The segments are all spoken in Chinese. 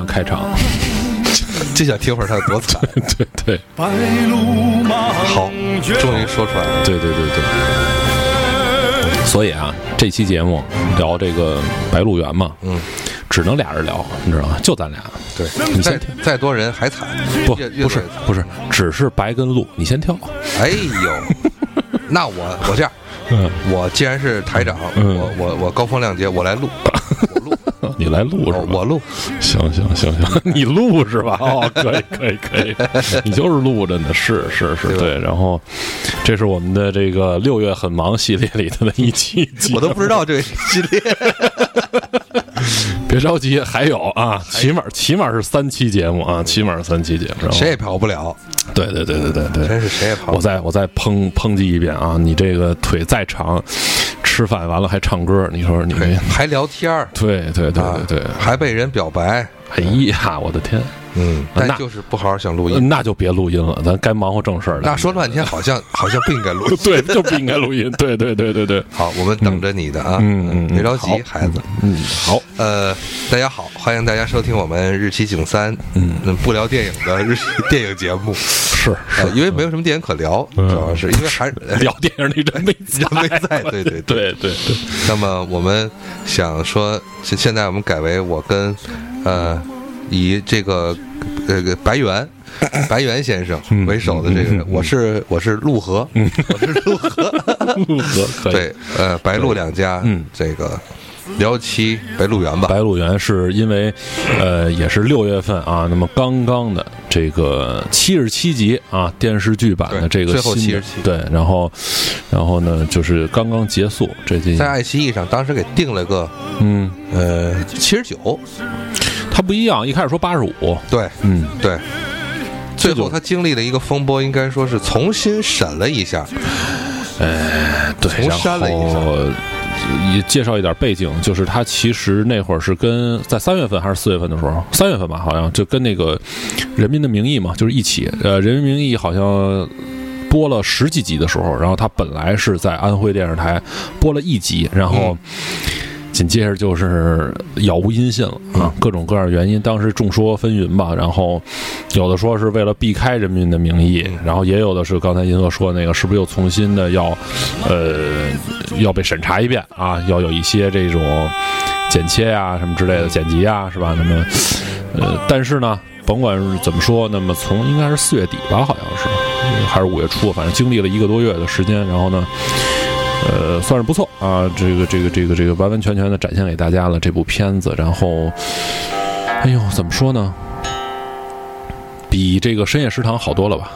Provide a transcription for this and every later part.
开场。 就想听会儿他有多惨。 对对， 好，终于说出来了。 对。所以啊，这期节目聊这个白鹿原嘛，只能俩人聊，你知道吗？就咱俩。 对， 你先再多人还惨。 不是，只是白跟鹿，你先跳。 哎呦，那我这样，我既然是台长，我高风亮节，我来录，我录。 你来录是吧？ 我录， 行，你录是吧？哦，可以，你就是录着呢，是，对。然后，这是我们的这个6月很忙系列里头的一期， 我都不知道这个系列。 别着急，还有啊，起码是3期节目啊，起码是3期节目， 谁也跑不了。 对， 真是谁也跑不了。 我再抨击一遍啊！你这个腿再长，吃饭完了还唱歌，你说你还聊天儿， 对， 还被人表白。 哎呀，我的天！ 但就是不好好想录音， 那就别录音了，咱该忙活正事儿了。 那说了半天，好像不应该录音， 对，就不应该录音，对。 好，我们等着你的啊，别着急，孩子。 好， 大家好，欢迎大家收听我们日期警3，不聊电影的电影节目。 是， 因为没有什么电影可聊，主要是因为还聊电影那人没在，对。那么我们想说，现在我们改为我跟以这个白猿先生为首的这个人，我是陆河，我是陆河可以。对，白鹿两家，这个聊期白鹿原吧。 白鹿原是因为也是6月份啊，那么刚刚的这个77集啊电视剧版的这个最后77， 对，然后呢就是刚刚结束， 在爱奇艺上当时给定了个79。 他不一样，一开始说85， 对，对，最后他经历了一个风波，应该说是重新审了一下， 对， 重删了一下。 也介绍一点背景，就是他其实那会儿是在3月份还是4月份的时候，3月份吧，好像就跟那个《人民的名义》嘛，就是一起，《人民的名义》好像播了10几集的时候，然后他本来是在安徽电视台播了1集，然后紧接着就是杳无音信了啊，各种各样的原因，当时众说纷纭吧。然后有的说是为了避开《人民的名义》，然后也有的是刚才银河说那个是不是又重新的要被审查一遍啊？要有一些这种剪切啊什么之类的剪辑啊，是吧？那么但是呢，甭管是怎么说，那么从应该是4月底吧，好像是还是5月初，反正经历了1个多月的时间，然后呢。算是不错啊，这个完完全全的展现给大家了这部片子，然后，哎呦，怎么说呢？比这个深夜食堂好多了吧？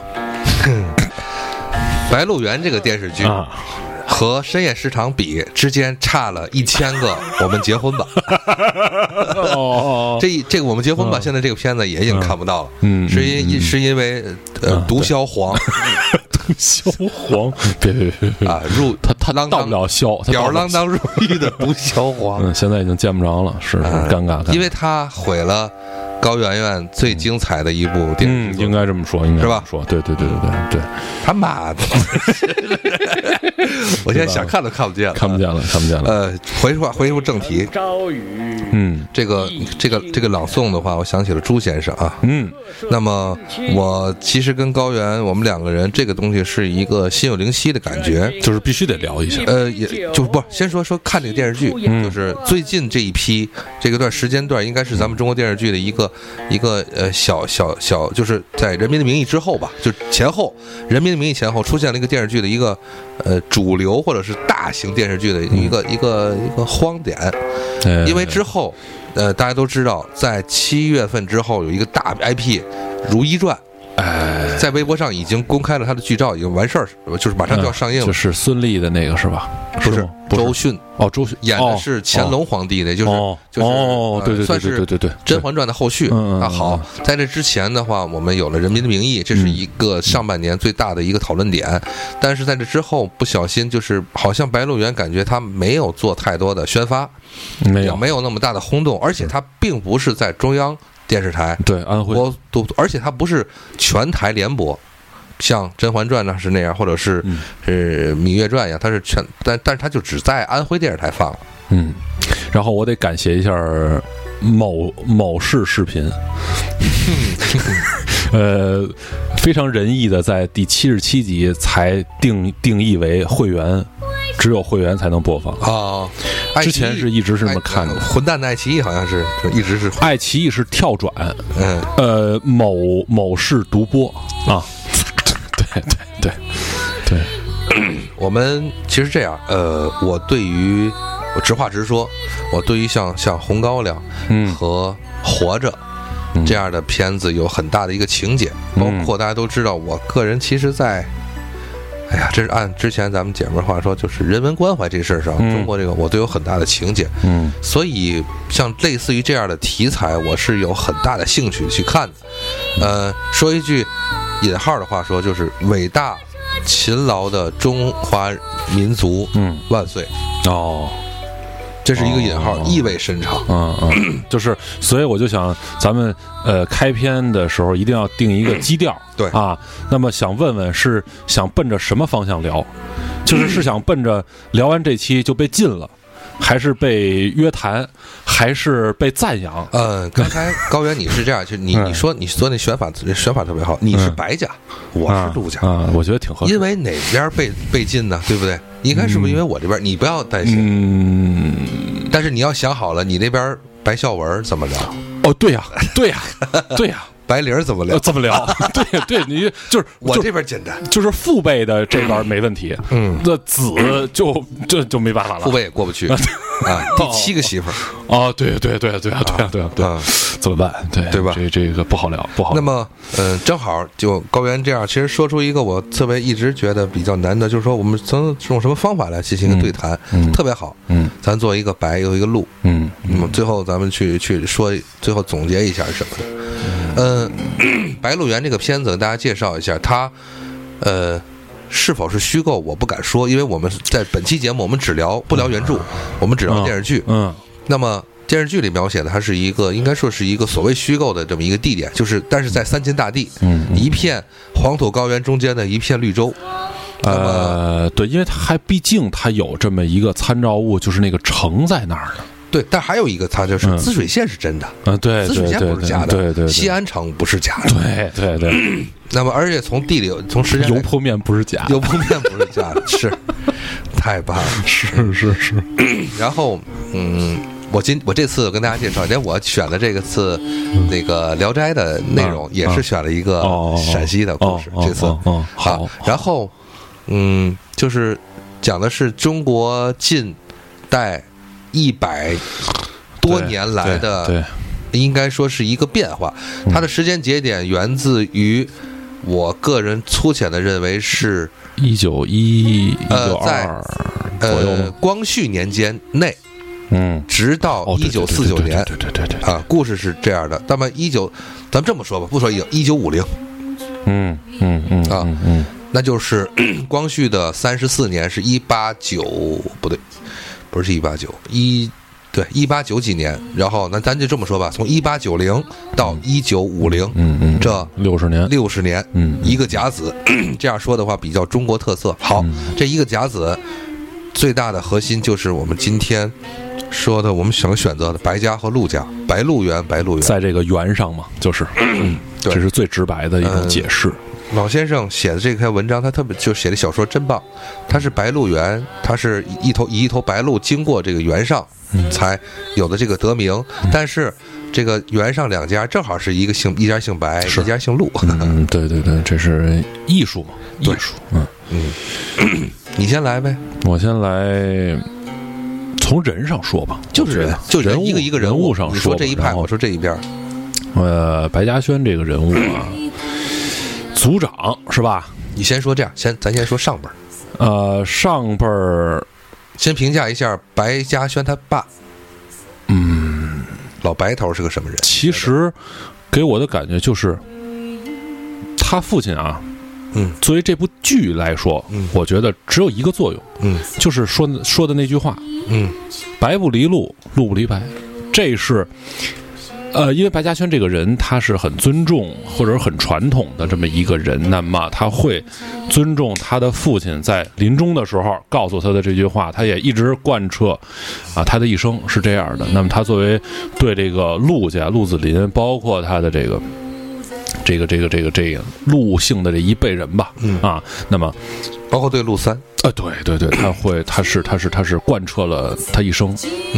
白鹿原这个电视剧和深夜食堂比之间差了1000个我们结婚吧。这个我们结婚吧，现在这个片子也已经看不到了，是因为毒枭黄。 萧黄，别啊！他到不了萧， 吊儿郎当入狱的毒枭黄， 现在已经见不着了，是尴尬， 因为他毁了高圆圆最精彩的一部电视剧， 应该这么说，应该是吧？ 说，对， 他妈的！我现在想看都看不见了， 看不见了。 回复正题， 朝雨， 这个朗诵的话，我想起了朱先生啊，那么我其实跟高原，我们2个人这个东西是一个心有灵犀的感觉， 就是必须得聊一下， 也就是不先说看这个电视剧，就是最近这一批这个时间段，应该是咱们中国电视剧的一个小，就是在《人民的名义》之后吧，就前后，《人民的名义》前后出现了一个电视剧的一个主流或者是大型电视剧的一个荒点，因为之后大家都知道，在7月份之后有一个大 IP《如懿传》。在微博上已经公开了他的剧照，已经完事儿，就是马上就要上映了。 就是孙俪的那个是吧？ 不是周迅周迅演的是乾隆皇帝的，对，算是《甄嬛传》的后续。好，在这之前的话，我们有了《人民的名义》，这是一个上半年最大的一个讨论点。但是在这之后，不小心就是好像白鹿原感觉他没有做太多的宣发，没有那么大的轰动，而且他并不是在中央电视台对安徽播，而且它不是全台联播，像《甄嬛传》呢是那样，或者是《芈月传》一样，它是但是它就只在安徽电视台放了。 然后我得感谢一下某市视频，非常仁义的在第77集才定义为会员，只有会员才能播放啊。 之前是一直是这么看的。 混蛋的爱奇艺好像是就一直是爱奇艺是跳转，某市独播啊。对， 我们其实这样，我直话直说，我对于像红高粱和活着这样的片子有很大的一个情结，包括大家都知道，我个人其实在，哎呀，这是按之前咱们姐们话说，就是人文关怀这事儿上，中国这个我都有很大的情结，所以像类似于这样的题材，我是有很大的兴趣去看的。说一句引号的话说，就是伟大勤劳的中华民族，万岁！ 哦。 这是一个引号，意味深长。 就是，所以我就想，咱们开篇的时候一定要定一个基调， 对啊。那么想问问，是想奔着什么方向聊？是想奔着聊完这期就被禁了，还是被约谈，还是被赞扬？ 刚才高原你是这样，就你说你说那选法特别好，你是白家，我是陆家我觉得挺合适。 因为哪边被禁呢？对不对？应该是不是因为我这边？你不要担心。但是你要想好了，你那边白孝文怎么聊？ 哦，对呀， 白灵怎么聊？ 怎么聊？对，你就是我这边简单， 就是父辈的这边没问题，那子就没办法了， 父辈也过不去啊。第7个媳妇儿啊，对，怎么办？对吧？这个不好聊。 那么，正好就高原这样，其实说出一个我特别一直觉得比较难的，就是说我们从用什么方法来进行一个对谈，特别好。咱做一个白，有一个路。那么最后咱们去说，最后总结一下是什么的？白鹿原这个片子，大家介绍一下，它是否是虚构，我不敢说，因为我们在本期节目我们不聊原著，我们只聊电视剧。那么电视剧里描写的它是一个，应该说是一个所谓虚构的这么一个地点，但是在三秦大地，一片黄土高原中间的一片绿洲。 对，因为毕竟它有这么一个参照物，就是那个城在那儿呢。 对，但还有一个，它就是滋水县是真的， 对， 滋水县不是假的， 对， 西安城不是假的， 对。 那么，而且从地理、从时间， 油泼面不是假的， 油泼面不是假的，是太棒了， 是。 然后，我这次跟大家介绍，我选的这个次那个《聊斋》的内容，也是选了一个陕西的故事，这次好。 然后，就是讲的是中国近代100多年来的， 对， 应该说是一个变化。它的时间节点源自于我个人粗浅的认为是 1911、 在光绪年间内，直到1949年， 对啊，故事是这样的。那么咱们这么说吧，不说1950，那就是光绪的34年是189，不对。不是189几年，然后那咱就这么说吧，从1890到1950，这60年，一个甲子，这样说的话比较中国特色。好，这一个甲子最大的核心就是我们今天说的，我们想选择的白家和陆家，白鹿原，在这个原上嘛，就是这是最直白的一种解释。老先生写的这篇文章，他特别就写的小说真棒。他是白鹿原，他是一头白鹿经过这个原上，才有的这个得名。但是这个原上两家正好是一家姓白，一家姓陆。 对，这是艺术嘛，艺术。 你先来呗， 我先来。从人上说吧， 就是人一个人物上说，你说这一派，我说这一边。 白嘉轩这个人物啊。族长是吧？ 你先说这样，咱先说上辈。 上辈儿先评价一下白嘉轩他爸。老白头是个什么人？ 其实给我的感觉就是他父亲啊，作为这部剧来说，我觉得只有一个作用，就是说的那句话，白不离鹿，鹿不离白，这是因为白嘉轩这个人他是很尊重或者很传统的这么一个人，那么他会尊重他的父亲在临终的时候告诉他的这句话，他也一直贯彻他的一生是这样的。那么他作为对这个陆家陆子霖，包括他的这个陆姓的这一辈人吧，那么包括对陆三， 对，他是贯彻了他一生，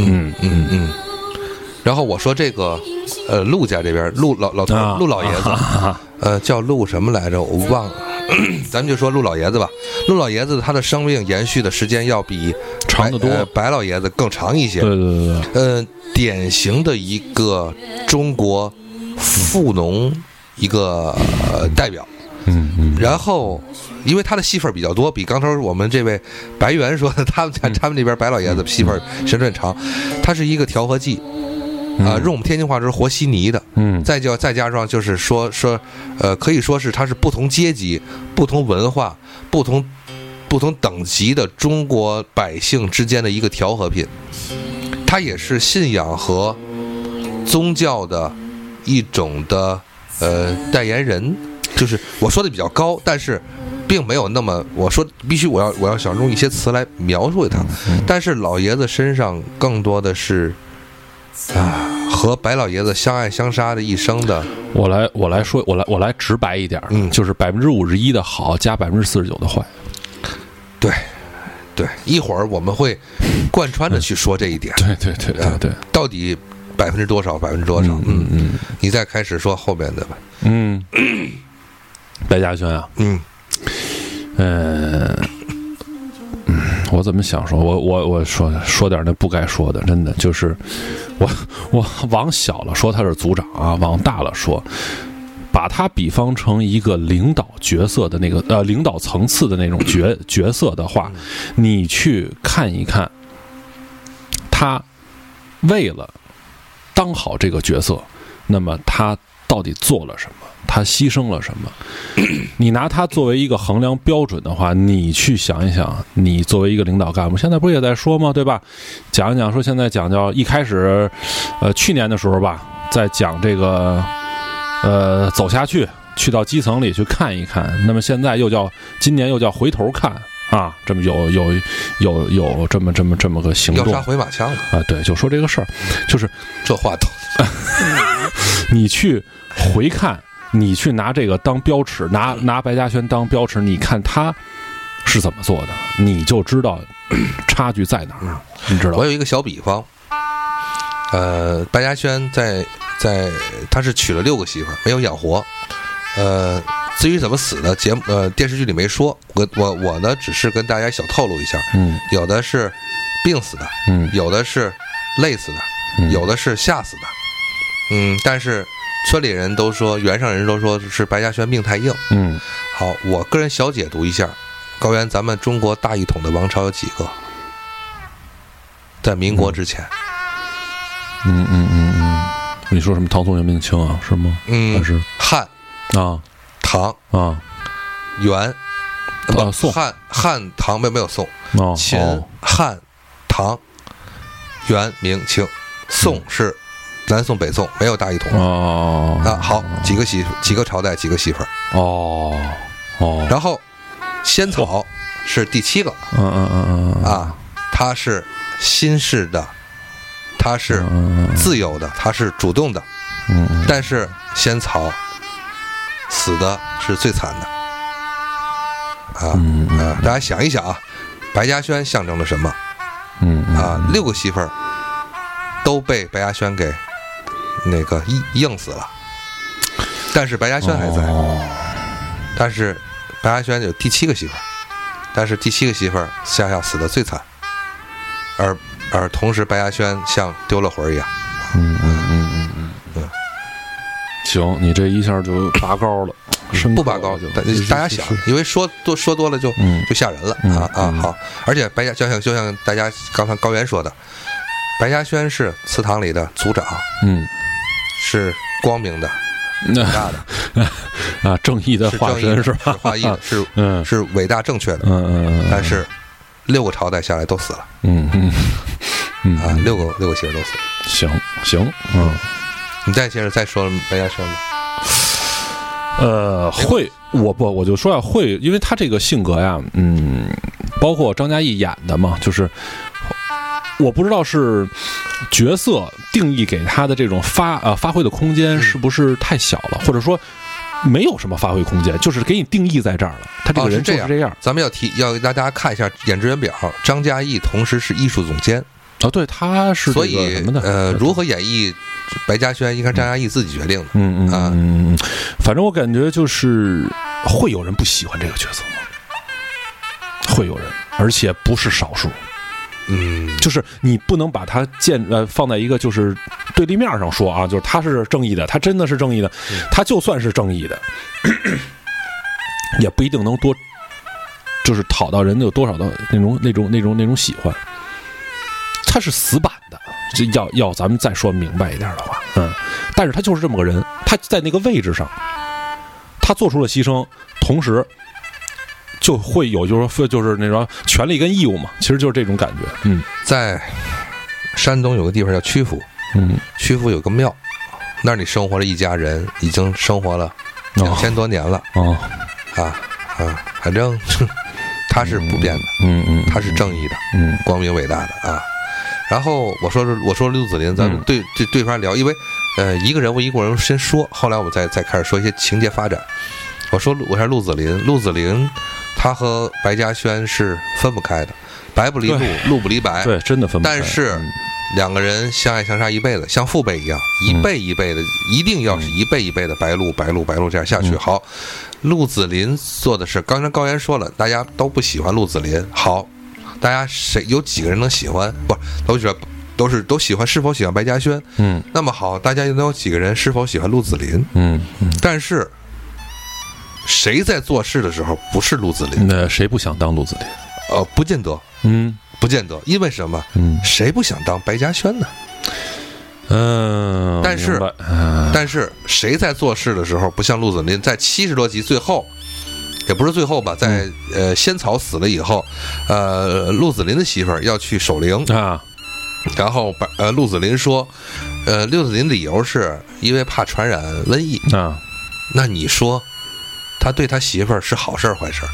然后我说这个，陆家这边陆老头陆老爷子，叫陆什么来着？我忘了。咱们就说陆老爷子吧。陆老爷子他的生命延续的时间要比长得多， 白老爷子更长一些。 对。 典型的一个中国富农一个代表。然后，因为他的戏份比较多，比刚才我们这位白猿说的，他们那边白老爷子戏份时间长，他是一个调和剂。用我们天津话说和稀泥的，再加上就是说，可以说是它是不同阶级、不同文化、不同等级的中国百姓之间的一个调和品。它也是信仰和宗教的一种的代言人，就是我说的比较高，但是并没有那么我说必须我要想用一些词来描述它，但是老爷子身上更多的是。和白老爷子相爱相杀的一生的，我来直白一点，就是51%的好加49%的坏。 对，一会儿我们会贯穿的去说这一点。 对， 到底多少？你再开始说后面的吧。 白嘉轩啊，我怎么想说？我说点那不该说的，真的就是我往小了说他是组长啊，往大了说，把他比方成一个领导角色的那个领导层次的那种角色的话，你去看一看，他为了当好这个角色，那么他到底做了什么？他牺牲了什么？你拿他作为一个衡量标准的话，你去想一想，你作为一个领导干部，现在不是也在说吗？对吧？讲一讲说现在讲叫一开始，去年的时候吧，在讲这个，走下去，去到基层里去看一看。那么现在今年又叫回头看啊，这么有这么个行动， 要杀回马枪了啊！对，就说这个事儿，就是这话都， 你去回看。你去拿这个当标尺，拿白嘉轩当标尺，你看他是怎么做的，你就知道差距在哪儿。你知道？ 我有一个小比方，白嘉轩在他是娶了6个媳妇儿，没有养活。至于怎么死的，电视剧里没说。我呢，只是跟大家小透露一下。有的是病死的，有的是累死的，有的是吓死的。但是。村里人都说，原上人都说是白嘉轩命太硬。好，我个人小解读一下，高原，咱们中国大一统的王朝有几个？在民国之前。 你说什么唐宋元明清啊？是吗？还是汉啊、 唐啊、 元宋、 汉唐没有宋，秦汉唐元明清，宋是。南宋北宋没有大一统好，几个朝代几个媳妇儿然后仙草是第7个他是新式的，他是自由的，他是主动的但是仙草死的是最惨的大家想一想啊，白嘉轩象征了什么？6个媳妇儿都被白嘉轩给那个硬死了，但是白嘉轩还在，但是白嘉轩有第7个媳妇儿，但是第7个媳妇儿下死的最惨，而同时白嘉轩像丢了魂一样。 行，你这一下就拔高了， 不拔高就大家想，因为说多了就吓人了好，而且就像大家刚才高原说的，白嘉轩是祠堂里的族长，是光明的，伟大的正义的化身是吧？ 是伟大正确的，但是6个朝代下来都死了，6个媳妇都死了。 行， 你再接着再说白嘉轩吧。 会，我就说会，因为他这个性格呀，包括张嘉译演的嘛，就是我不知道是角色定义给他的这种发挥的空间是不是太小了，或者说没有什么发挥空间，就是给你定义在这儿了。他这个人就是这样。 咱们要给大家看一下演职员表，张嘉译同时是艺术总监。 对，他是所以什么的？ 如何演绎白嘉轩，应该张嘉译自己决定的。 反正我感觉就是会有人不喜欢这个角色，会有人，而且不是少数。就是你不能把它放在一个就是对立面上说啊，就是他是正义的，他真的是正义的，他就算是正义的，也不一定能多，就是讨到人有多少的那种喜欢。他是死板的，这要咱们再说明白一点的话，但是他就是这么个人，他在那个位置上，他做出了牺牲，同时就会有就是那种权利跟义务嘛，其实就是这种感觉。 在山东有个地方叫曲阜，曲阜有个庙，那里生活了一家人，已经生活了2000多年了。反正他是不变的，他是正义的，光明伟大的啊。然后我说陆子霖，咱们对方聊，因为一个人物先说，后来我们再开始说一些情节发展。我说陆子霖他和白嘉轩是分不开的，白不离陆，陆不离白， 对，真的分不开。 但是两个人相爱相杀一辈子，像父辈一样，一辈一辈的，一定要是一辈一辈的白鹿这样下去。好，陆子霖做的是，刚才高原说了，大家都不喜欢陆子霖。好，大家有几个人能喜欢？不，都喜欢，是否喜欢白嘉轩？那么好，大家又能有几个人是否喜欢陆子霖？但是谁在做事的时候不是陆子霖？ 那谁不想当陆子霖？ 不见得。不见得，因为什么？谁不想当白嘉轩呢？但是谁在做事的时候不像陆子霖？在70多集最后，也不是最后吧，在仙草死了以后，陆子霖的媳妇儿要去守灵啊，然后陆子霖说，陆子霖理由是因为怕传染瘟疫啊。那你说，他对他媳妇儿是好事坏事？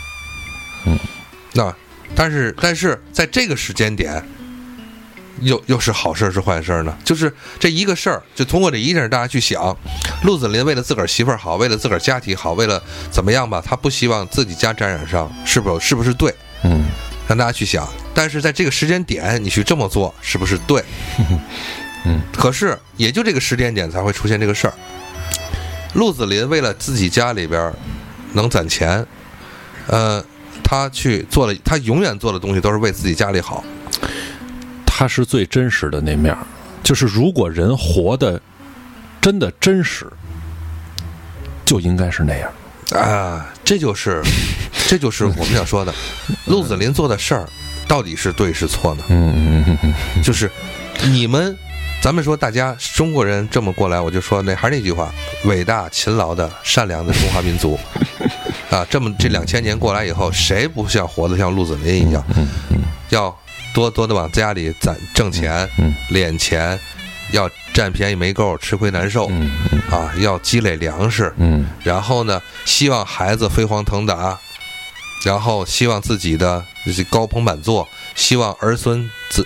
那。但是在这个时间点，又是好事是坏事呢？就是这一个事儿，就通过这一件事，大家去想，陆子霖为了自个儿媳妇儿好，为了自个儿家庭好，为了怎么样吧，他不希望自己家沾染上，是不是对？让大家去想。但是在这个时间点，你去这么做，是不是对？可是也就这个时间点才会出现这个事儿。陆子霖为了自己家里边能攒钱，他去做了，他永远做的东西都是为自己家里好。 他是最真实的那面，就是如果人活的真的真实，就应该是那样啊。这就是我们想说的，陆子霖做的事儿到底是对是错呢？就是咱们说大家中国人这么过来，我就说还是那句话，伟大勤劳的善良的中华民族啊，这2000年过来以后，谁不像活得像陆子霖一样，要多的往家里挣钱，敛钱，要占便宜没够，吃亏难受，啊，要积累粮食，然后呢，希望孩子飞黄腾达，然后希望自己的高朋满座，希望儿孙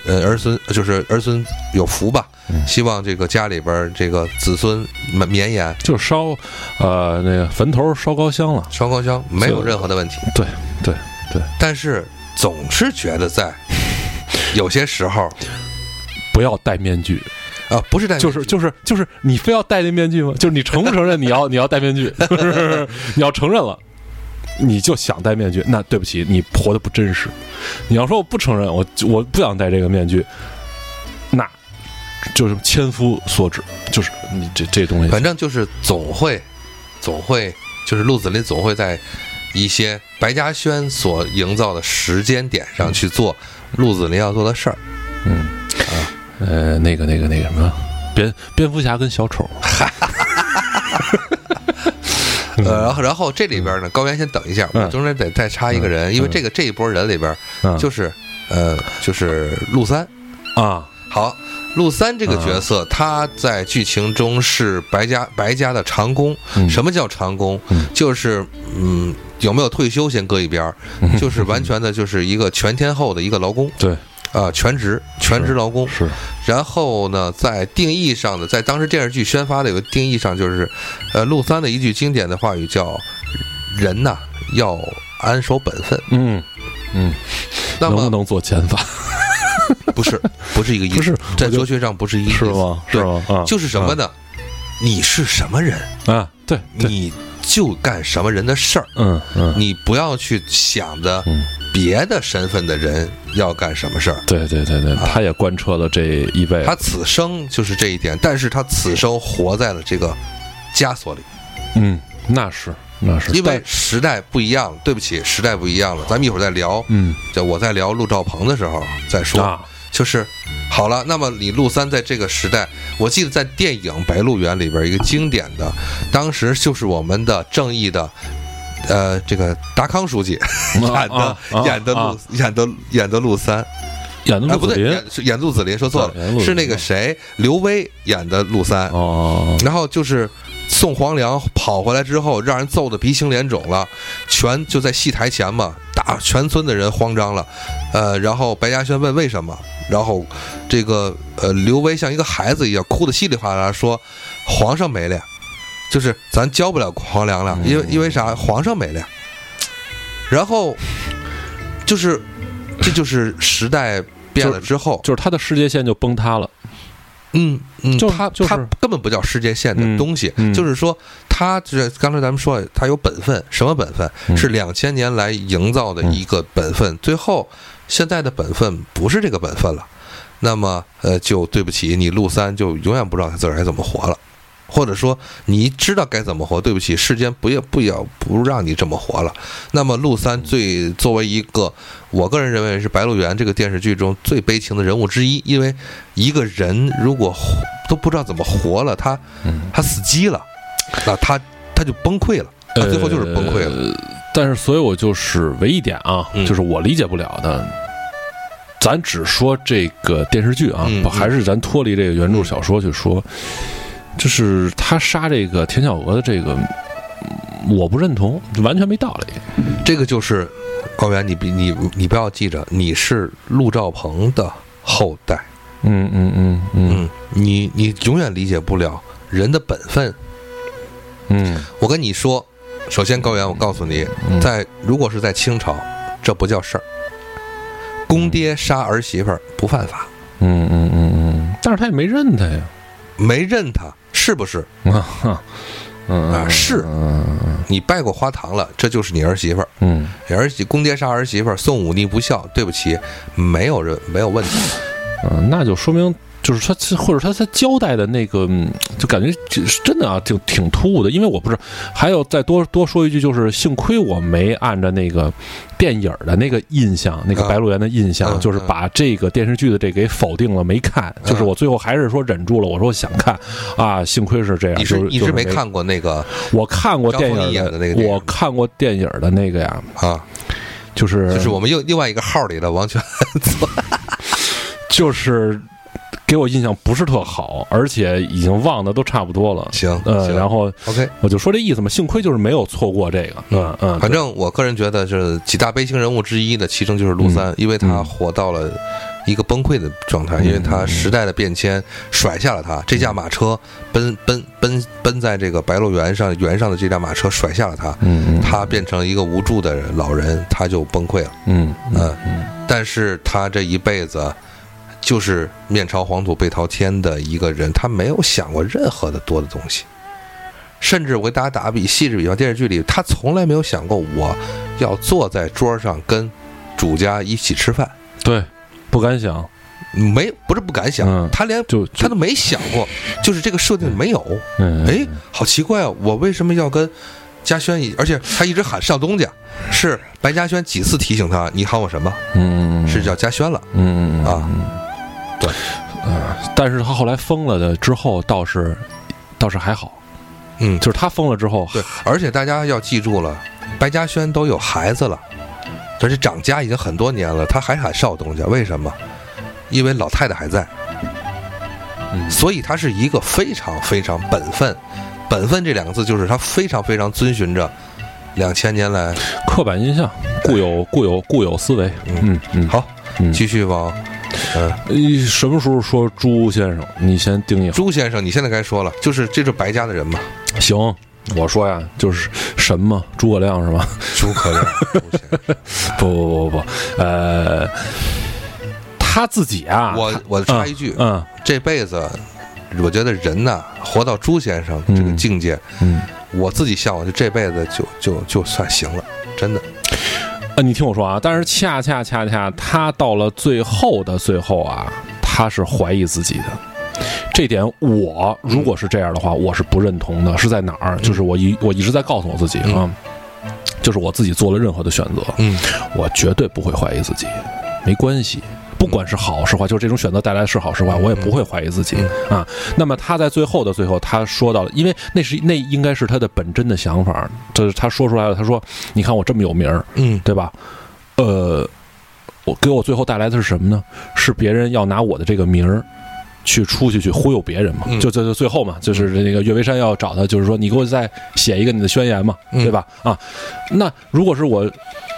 有福吧，希望这个家里边这个子孙绵延， 就烧那个坟头烧高香了， 烧高香没有任何的问题。 对。 但是总是觉得在有些时候不要戴面具啊，不是戴面具， 就是你非要戴那面具吗？就是你承不承认你要戴面具？你要承认了，你就想戴面具，那对不起，你活得不真实。你要说我不承认，我不想戴这个面具，那就是千夫所指，就是你这东西， 反正就是总会，就是陆子霖总会在一些白嘉轩所营造的时间点上去做陆子霖要做的事儿。 那个什么，蝙蝠侠跟小丑。 然后这里边呢，高原先等一下，我中间得再插一个人，因为这一波人里边，就是陆三啊。 好， 陆三这个角色，他在剧情中是白家的长工。什么叫长工？就是有没有退休先搁一边，就是完全的就是一个全天候的一个劳工。 对。 全职劳工是。 然后呢，在定义上的，在当时电视剧宣发的有个定义上，就是陆三的一句经典的话语叫“人呐要安守本分”。那么能不能做减法？ 不是一个意思， 不是在哲学上不是一个意思， 是吗？ 对， 是吗？ 就是什么呢？你是什么人啊？对， 你就干什么人的事儿。你不要去想着别的身份的人要干什么事儿。 对，他也贯彻了这一辈。 他此生就是这一点，但是他此生活在了这个枷锁里。 那是， 因为时代不一样了。对不起，时代不一样了。咱们一会儿再聊。就我在聊陆兆鹏的时候再说。就是好了，那么你陆三在这个时代，我记得在电影《白鹿原》里边一个经典的，当时就是我们的正义的，这个达康书记演的陆三，不对，演陆子霖，说错了，是那个谁刘威演的陆三。然后就是宋黄良跑回来之后，让人揍得鼻青脸肿了，就在戏台前嘛，全村的人慌张了。然后白嘉轩问为什么，然后这个刘威像一个孩子一样哭得稀里哗啦，说皇上没了，就是咱教不了黄良了，因为啥？皇上没了。然后就是这就是时代变了之后， 就是他的世界线就崩塌了。 他根本不叫世界线的东西，就是说他这刚才咱们说他有本分，什么本分？是2000年来营造的一个本分，最后现在的本分不是这个本分了，那么就对不起，你陆三就永远不知道他自个儿该怎么活了，或者说你知道该怎么活，对不起，世间不让你这么活了。那么陆三作为一个我个人认为是《白鹿原》这个电视剧中最悲情的人物之一，因为一个人如果都不知道怎么活了，他死机了，那他就崩溃了，他最后就是崩溃了。 但是所以我就是唯一点啊，就是我理解不了的，咱只说这个电视剧啊，还是咱脱离这个原著小说去说，就是他杀这个田小娥的这个，我不认同，完全没道理。 这个就是高原，你不要记着，你是陆兆鹏的后代。你永远理解不了人的本分。我跟你说，首先高原，我告诉你，如果是在清朝，这不叫事儿。公爹杀儿媳妇儿不犯法。 但是他也没认他呀。 没认他，是不是？是。你拜过花堂了，这就是你儿媳妇儿。公爹杀儿媳妇儿，送忤逆不孝，对不起，没有问题。 那就说明就是他或者他交代的那个，就感觉真的啊，挺突兀的。因为我不是还有再多说一句，就是幸亏我没按照那个电影的那个印象，那个白鹿原的印象，就是把这个电视剧的这给否定了，没看。就是我最后还是说忍住了，我说想看啊，幸亏是这样。 你是没看过那个？ 我看过电影的那个， 我看过电影的那个呀就是我们另外一个号里的王全就是给我印象不是特好，而且已经忘的都差不多了。 行， 然后 OK， 我就说这意思嘛，幸亏就是没有错过这个。 反正我个人觉得是几大悲情人物之一的，其中就是陆三，因为他活到了一个崩溃的状态，因为他时代的变迁甩下了他，这架马车奔在这个白鹿原上的这架马车甩下了他，他变成一个无助的老人，他就崩溃了。但是他这一辈子就是面朝黄土背朝天的一个人，他没有想过任何的多的东西，甚至我给大家打个细致比方，电视剧里他从来没有想过我要坐在桌上跟主家一起吃饭。 对，不敢想， 不是不敢想，他连他都没想过，就是这个设定没有。好奇怪啊，我为什么要跟嘉轩而且他一直喊少东家，是白嘉轩几次提醒他，你喊我什么？是叫嘉轩了。对， 但是他后来疯了的之后，倒是还好。就是他疯了之后， 对，而且大家要记住了，白嘉轩都有孩子了，而且长家已经很多年了，他还喊少东家，为什么？因为老太太还在。 所以他是一个非常非常本分这两个字，就是他非常非常遵循着2000年来刻板印象，固有思维。 好，继续往。 什么时候说朱先生？你先定义。 朱先生，你现在该说了，就是这是白家的人嘛？ 行，我说呀，就是神嘛，诸葛亮是吧？ 诸葛亮， 不，他自己啊， 我插一句，这辈子，我觉得人呐，活到朱先生这个境界，我自己向往，就这辈子就算行了，真的。 你听我说啊，但是恰恰他到了最后啊，他是怀疑自己的。这点我如果是这样的话，我是不认同的。是在哪儿？就是我一直在告诉我自己啊，就是我自己做了任何的选择，我绝对不会怀疑自己，没关系。不管是好是坏，就是这种选择带来的是好是坏，我也不会怀疑自己啊。那么他在最后，他说到了，因为那应该是他的本真的想法，这是他说出来了。他说：“你看我这么有名儿，对吧？我给我最后带来的是什么呢？是别人要拿我的这个名儿去出去忽悠别人嘛？就最后嘛，就是那个岳维山要找他，就是说你给我再写一个你的宣言嘛，对吧？啊，那如果是我。”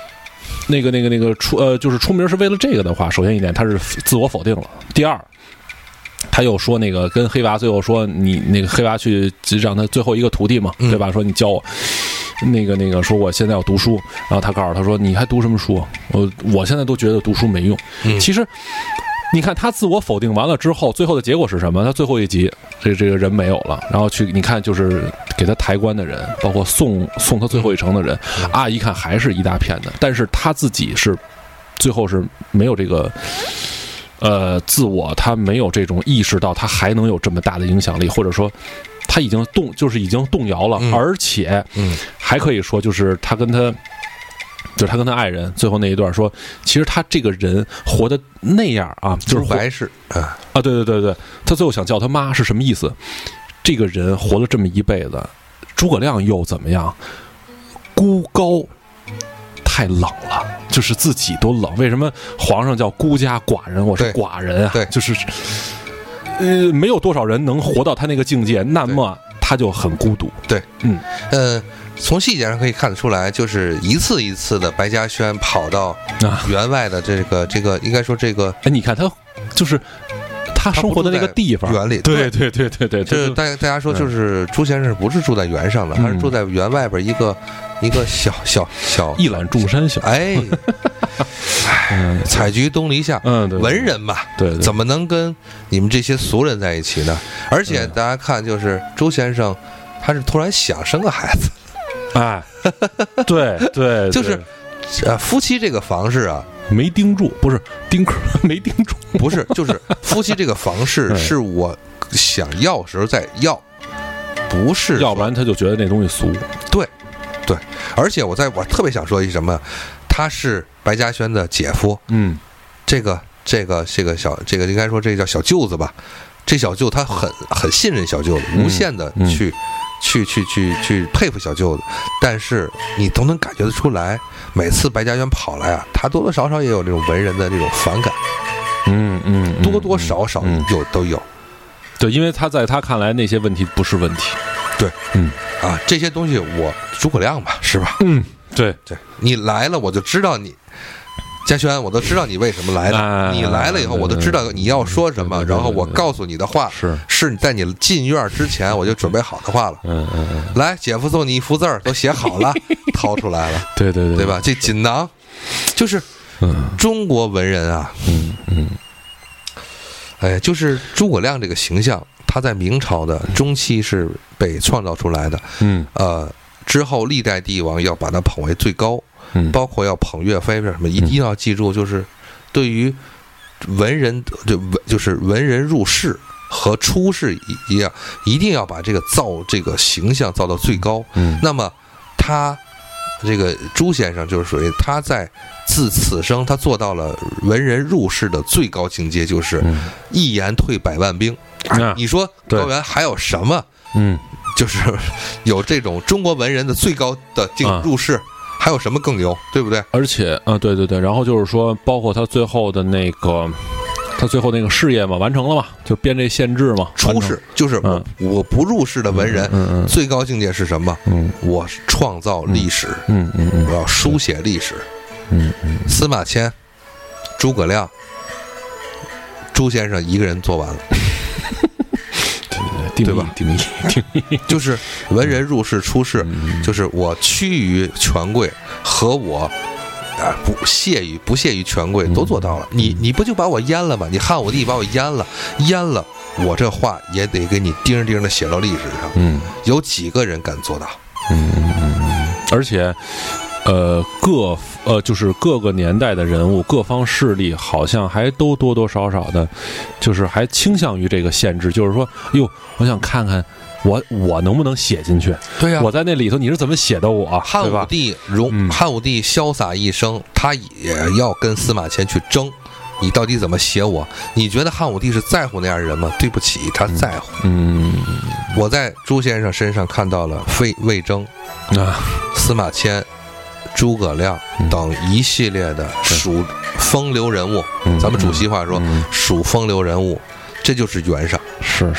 就是出名是为了这个的话，首先一点他是自我否定了。第二，他又说那个跟黑娃最后说你那个黑娃去让他最后一个徒弟嘛，对吧？说你教我那个说我现在要读书，然后他告诉他说你还读什么书？我现在都觉得读书没用。其实你看他自我否定完了之后，最后的结果是什么？他最后一集这个人没有了，然后你看就是给他抬棺的人，包括送他最后一程的人啊，一看还是一大片的，但是他自己是最后是没有这个自我，他没有这种意识到他还能有这么大的影响力，或者说他已经动摇了，而且还可以说就是他跟他爱人最后那一段说，其实他这个人活得那样啊，就是白事啊， 对，他最后想叫他妈是什么意思？这个人活了这么一辈子，诸葛亮又怎么样？孤高太冷了，就是自己都冷。为什么皇上叫孤家寡人？我是寡人啊， 对， 就是没有多少人能活到他那个境界，那么他就很孤独。 对，从细节上可以看得出来，就是一次一次的白嘉轩跑到员外的这个应该说这个， 你看他就是他生活的那个地方园里， 对， 就是大家说就是朱先生不是住在园上的，他是住在园外边一个小一览众山小， 采菊东篱下，文人嘛， 对， 怎么能跟你们这些俗人在一起呢？而且大家看，就是朱先生他是突然想生个孩子。 对， 就是夫妻这个房事啊， 没盯住，不是盯壳没盯住， 不是，就是夫妻这个房事是我想要时候再要，不是， 要不然他就觉得那东西俗。对， 而且我特别想说一什么，他是白嘉轩的姐夫，这个应该说这叫小舅子吧，这小舅他很信任小舅子，无限的去佩服小舅子，但是你都能感觉得出来，每次白嘉轩跑来啊，他多多少少也有这种文人的这种反感，多多少少都有， 对，因为在他看来那些问题不是问题， 对，这些东西我诸葛亮吧，是吧？ 对， 你来了我就知道你。嘉轩，我都知道你为什么来了。你来了以后，我都知道你要说什么，然后我告诉你的话是你在你进院之前我就准备好的话了。来，姐夫送你一幅字儿，都写好了，掏出来了。对吧？这锦囊，就是中国文人啊。就是诸葛亮这个形象，他在明朝的中期是被创造出来的。之后历代帝王要把他捧为最高。包括要捧岳飞什么，一定要记住，就是对于文人，就是文人入仕和出仕一样，一定要把这个这个形象造到最高。那么他这个朱先生就是属于他在自此生他做到了文人入仕的最高境界，就是一言退百万兵。你说高原还有什么？就是有这种中国文人的最高的入仕。还有什么更牛，对不对？ 而且对，然后就是说，包括他最后的那个他最后那个事业嘛完成了嘛，就编这县志嘛， 出世就是我不入世的文人，最高境界是什么？我创造历史，我要书写历史。司马迁、诸葛亮、朱先生一个人做完了。对吧？ 定义就是文人入世出世，就是我趋于权贵和我不屑于权贵都做到了。你不就把我阉了吗？你汉武帝把我阉了，我这话也得给你钉钉的写到历史上。有几个人敢做到？ 而且就是各个年代的人物、各方势力，好像还都多多少少的，就是还倾向于这个限制，就是说，哟，我想看看我能不能写进去？ 对呀， 我在那里头你是怎么写的我？ 汉武帝汉武帝潇洒一生，他也要跟司马迁去争，你到底怎么写我？你觉得汉武帝是在乎那样的人吗？对不起，他在乎。我在朱先生身上看到了魏征、司马迁、诸葛亮等一系列的属风流人物，咱们主席话说属风流人物，这就是原上。 是。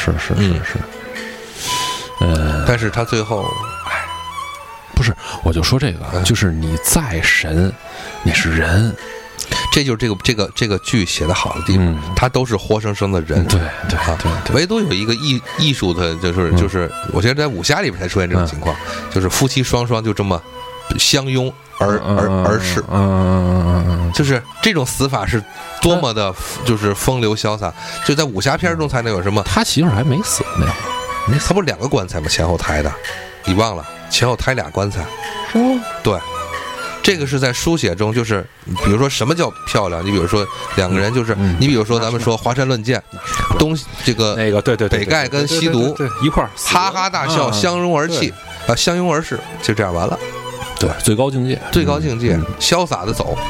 但是他最后， 不是，我就说这个，就是你再神，你是人。 这就是这个剧写的好的地方，它都是活生生的人。 对， 唯独有一个艺术的，就是我觉得在武侠里边才出现这种情况，就是夫妻双双就这么相拥而逝。就是这种死法是多么的，就是风流潇洒，就在武侠片中才能有什么。 他媳妇还没死呢， 他不是2个棺材吗？前后抬的，你忘了？前后抬2棺材， 是吗？ 对。这个是在书写中，就是比如说什么叫漂亮？你比如说2个人，就是你比如说咱们说华山论剑，这个那个对北丐跟西毒一块儿哈哈大笑，相拥而泣相拥而逝，就这样完了。 对，最高境界， 潇洒的走。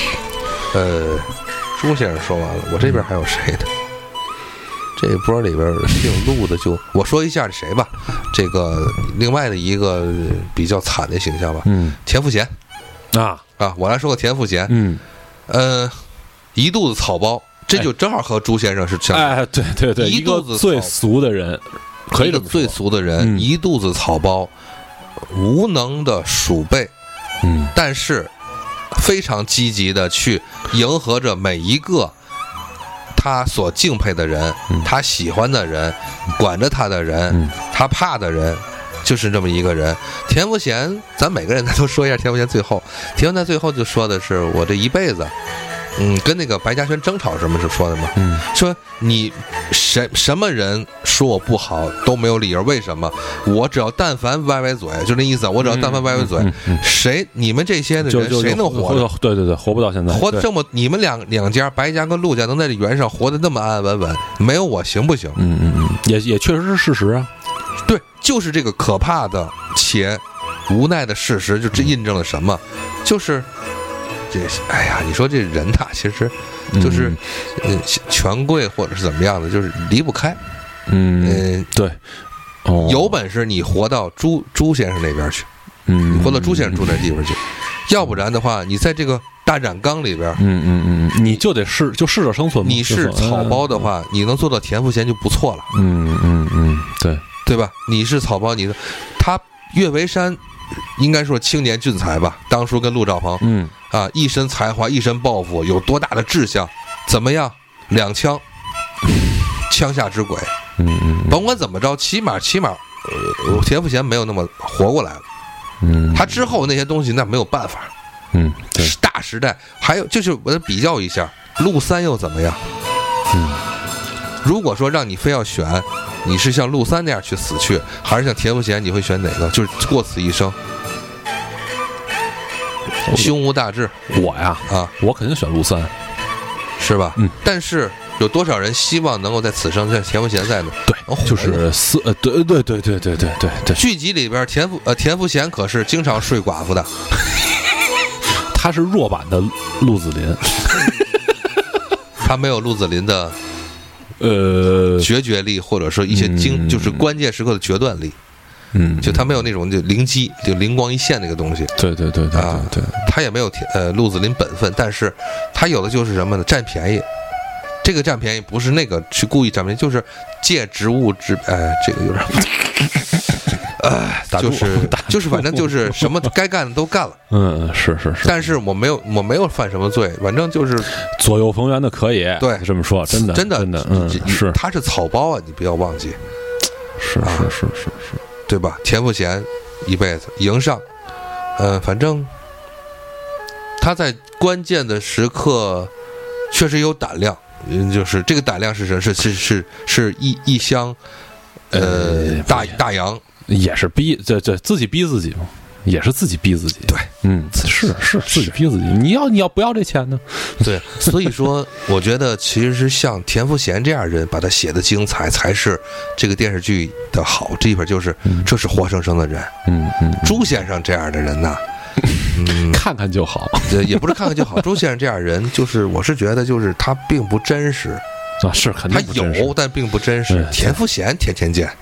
朱先生说完了，我这边还有谁的？这一波里边姓陆的就我说一下谁吧。这个另外的一个比较惨的形象吧，田福贤。我来说个田福贤，一肚子草包，这就正好和朱先生是相反。 对，一个最俗的人，可以这么说， 最俗的人，一肚子草包，无能的鼠辈，但是非常积极的去迎合着每一个他所敬佩的人，他喜欢的人，管着他的人，他怕的人。就是这么一个人，田福贤，咱每个人都说一下田福贤。田福贤最后就说的是我这一辈子，跟那个白嘉轩争吵什么是说的吗？说你什么人说我不好都没有理由，为什么？我只要但凡歪歪嘴，就那意思，我只要但凡歪歪嘴，你们这些的人谁能活着？ 对，活不到现在， 活这么你们两家白家跟陆家能在这原上活得那么安安稳稳，没有我行不行？ 也确实是事实啊。 对，就是这个可怕的且无奈的事实，就这印证了什么？就是这，你说这人呐，其实就是权贵或者是怎么样的，就是离不开。 对， 有本事你活到朱先生那边去，你活到朱先生住那地方去，要不然的话，你在这个大染缸里边， 你就得适者生存。 你是草包的话，你能做到田福贤就不错了。对吧？你是草包，他岳维山应该说青年俊才吧，当初跟陆兆鹏，一身才华，一身抱负，有多大的志向？怎么样？2枪，枪下之鬼。甭管怎么着，起码，田福贤没有那么活过来了。他之后那些东西那没有办法。大时代，还有就是我比较一下，陆三又怎么样？如果说让你非要选，你是像陆三那样去死去，还是像田福贤，你会选哪个？就是过此一生，胸无大志。 我呀，我肯定选陆三， 是吧？但是有多少人希望能够在此生像田福贤在呢？ 对，就是对。 剧集里边田福贤可是经常睡寡妇的， 他是弱版的陆子霖， 他没有陆子霖的。决绝力，或者说一些就是关键时刻的决断力，就他没有那种就灵机，就灵光一现那个东西。对，他也没有陆子霖本分，但是他有的就是什么呢？占便宜， 这个占便宜不是那个去故意占便宜，就是借职务之，这个有点。就是反正就是什么该干的都干了， 是， 但是我没有犯什么罪，反正就是左右逢源的可以， 对， 这么说，真的， 是他是草包啊，你不要忘记， 是， 对吧？田馥甄一辈子迎上，反正他在关键的时刻确实有胆量，就是这个胆量是什么？是一箱，大洋。 也是逼这自己逼自己嘛，也是自己逼自己。 对， 是自己逼自己。你要不要这钱呢？ 对，所以说，我觉得其实像田馥甄这样人，把他写的精彩，才是这个电视剧的好。这一本就是，这是活生生的人。朱先生这样的人呐， 看看就好。 也不是看看就好。朱先生这样人，我是觉得，就是他并不真实啊，是肯定不真实， 他有，但并不真实。田馥甄天天见。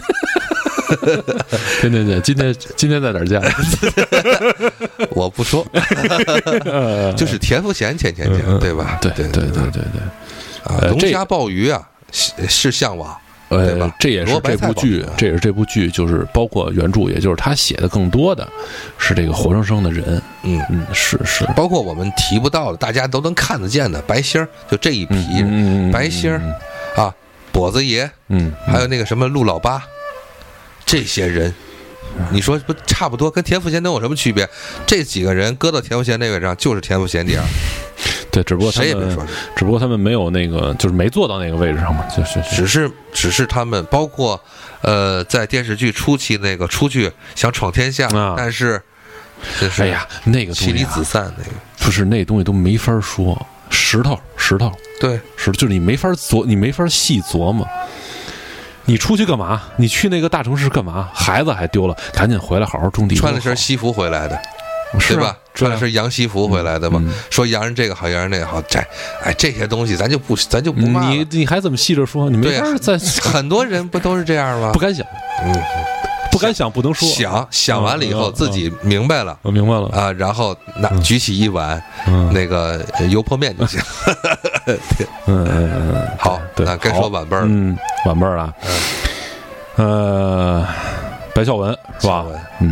对，今天在哪儿见？ 我不说，就是田馥甄天天见，对吧？ 对。 龙虾鲍鱼啊，是向往，对吧？ 这也是这部剧，就是包括原著，也就是他写的更多的是这个活生生的人。是， 包括我们提不到的，大家都能看得见的白星儿，就这一批白星儿啊，跛子爷，还有那个什么陆老八。这些人，你说不差不多，跟田馥甄能有什么区别？这几个人搁到田馥甄那位置上，就是田馥甄第二。 对，只不过谁也别说， 只不过他们没有那个，就是没做到那个位置上嘛， 只是他们，包括在电视剧初期那个出去想闯天下，但是， 哎呀，那个妻离子散，那个不是那东西都没法说，石头， 对， 就是你没法细琢磨。你出去干嘛？你去那个大城市干嘛？孩子还丢了，赶紧回来好好种地。 穿了身西服回来的，对吧？穿了身洋西服回来的嘛。说洋人这个好，洋人那个好，这些东西咱就不骂了。 你还怎么细着说？你没法在很多人不都是这样吗？ 不敢想，不敢想，不能说。 想完了以后自己明白了， 我明白了啊，然后举起一碗那个油泼面就行。好，那该说晚辈儿， 晚辈儿了，白孝文是吧？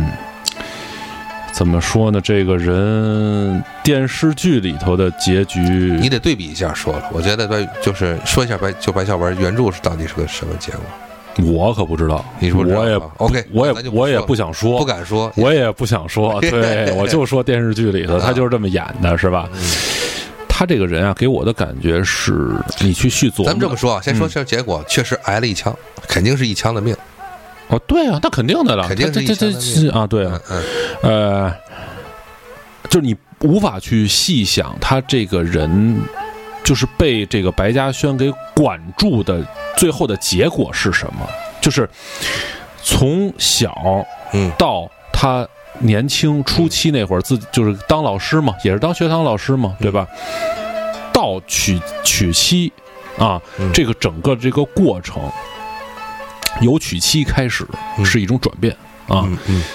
怎么说呢？这个人电视剧里头的结局， 你得对比一下说了。我觉得就是说一下白孝文原著是到底是个什么结果。 我可不知道， 你说我也 OK， 我也不想说， 不敢说， 我也不想说。对，我就说电视剧里头他就是这么演的，是吧？他这个人啊，给我的感觉是，你去续琢磨。 咱们这么说啊，先说这结果，确实挨了一枪，肯定是一枪的命。 哦，对啊，那肯定的了， 肯定是一枪的命啊，对啊，就是你无法去细想他这个人，就是被这个白嘉轩给管住的最后的结果是什么？就是从小到他年轻初期那会儿，自己就是当老师嘛，也是当学堂老师嘛，对吧？到娶妻啊，这个整个这个过程，由娶妻开始是一种转变啊。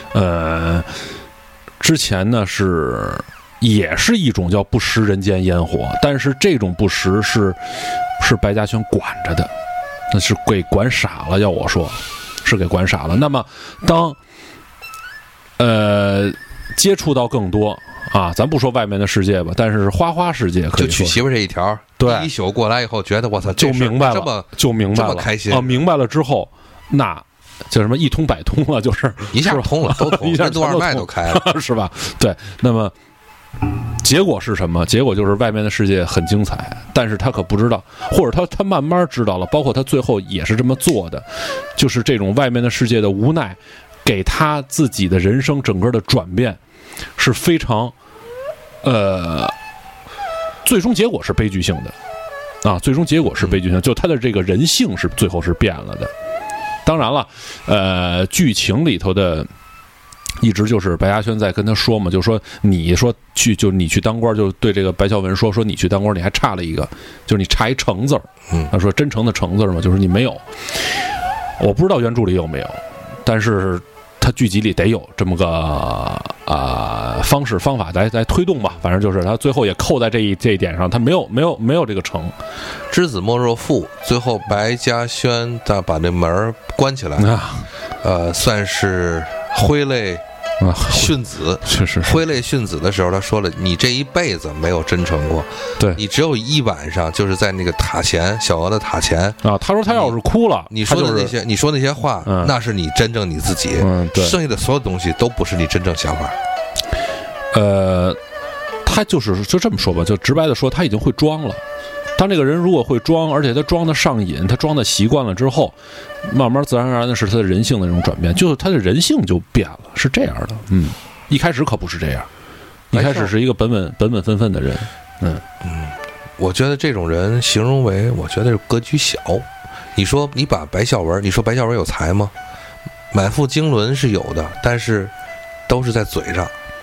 之前呢也是一种叫不食人间烟火，但是这种不食是白嘉轩管着的，那是给管傻了。要我说，是给管傻了。那么当接触到更多啊，咱不说外面的世界吧，但是花世界可以就娶媳妇这一条， 对， 一宿过来以后，觉得我操， 就明白了，就明白了， 这么开心啊！明白了之后，那叫什么一通百通了，就是一下通了，都通，任督二脉都开了， 是吧？对，那么结果是什么？结果就是外面的世界很精彩，但是他可不知道，或者他慢慢知道了，包括他最后也是这么做的，就是这种外面的世界的无奈，给他自己的人生整个的转变是非常，最终结果是悲剧性的，啊，最终结果是悲剧性，就他的这个人性是最后是变了的。当然了，剧情里头的。一直就是白嘉轩在跟他说嘛，就说你说你去当官，就对这个白孝文说你去当官，你还差了一个，就是你差一诚字儿。他说真诚的诚字嘛，就是你没有。我不知道原著里有没有，但是他剧集里得有这么个方式方法来推动吧，反正就是他最后也扣在这一点上，他没有这个成。 知子莫若父，最后白嘉轩他把这门关起来，算是挥泪训子， 是挥泪训子的时候，他说了：“你这一辈子没有真诚过， 对你只有一晚上，就是在那个塔前，小娥的塔前啊。”他说他要是哭了， 你说的那些，你说那些话，那是你真正你自己， 对， 剩下的所有东西都不是你真正想法。 他就这么说吧，就直白的说，他已经会装了。当这个人如果会装，而且他装的上瘾，他装的习惯了之后，慢慢自然而然的是他的人性的这种转变，就是他的人性就变了，是这样的。一开始可不是这样，一开始是一个本本分的人。 我觉得这种人形容为，我觉得是格局小。你说你把白孝文，你说白孝文有才吗？满腹经纶是有的，但是都是在嘴上。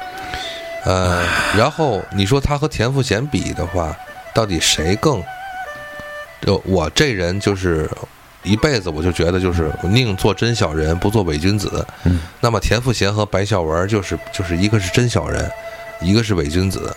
然后你说他和田馥甄比的话，到底谁更？就我这人就是一辈子，我就觉得就是宁做真小人，不做伪君子。那么田馥甄和白孝文就是一个是真小人，一个是伪君子。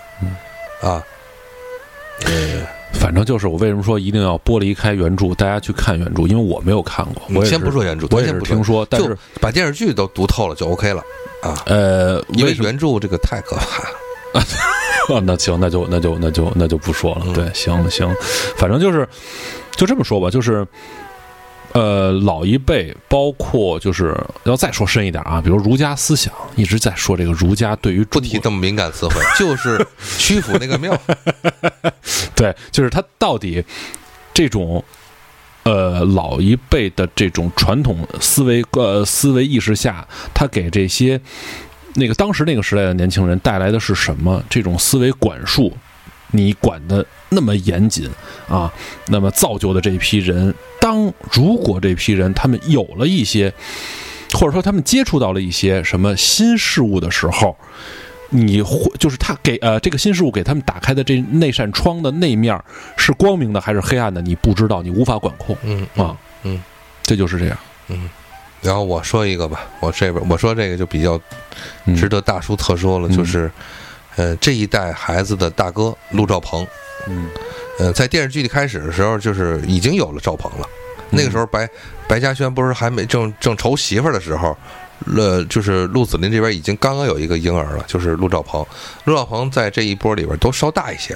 反正就是我为什么说一定要剥离开原著，大家去看原著，因为我没有看过。 我先不说原著， 我也是听说，但是把电视剧都读透了就 OK 了啊。因为原著这个太可怕了。 那行，那就不说了。对，行，反正就这么说吧，就是老一辈，包括就是要再说深一点啊，比如儒家思想一直在说这个儒家对于不提这么敏感词汇，就是曲阜那个庙。 对，就是他到底这种老一辈的这种传统思维意识下，他给这些当时那个时代的年轻人带来的是什么？这种思维管束，你管的那么严谨啊，那么造就的这一批人，如果这批人他们有了一些，或者说他们接触到了一些什么新事物的时候，你就是他给这个新事物给他们打开的那扇窗的那面是光明的还是黑暗的，你不知道，你无法管控。这就是这样。 然后我说一个吧，我说这个就比较值得大书特说了，就是这一代孩子的大哥陆兆鹏。在电视剧里开始的时候，就是已经有了赵鹏了。那个时候白嘉轩不是还没正愁媳妇儿的时候，就是陆子霖这边已经刚刚有一个婴儿了，就是陆兆鹏。陆兆鹏在这一波里边都稍大一些。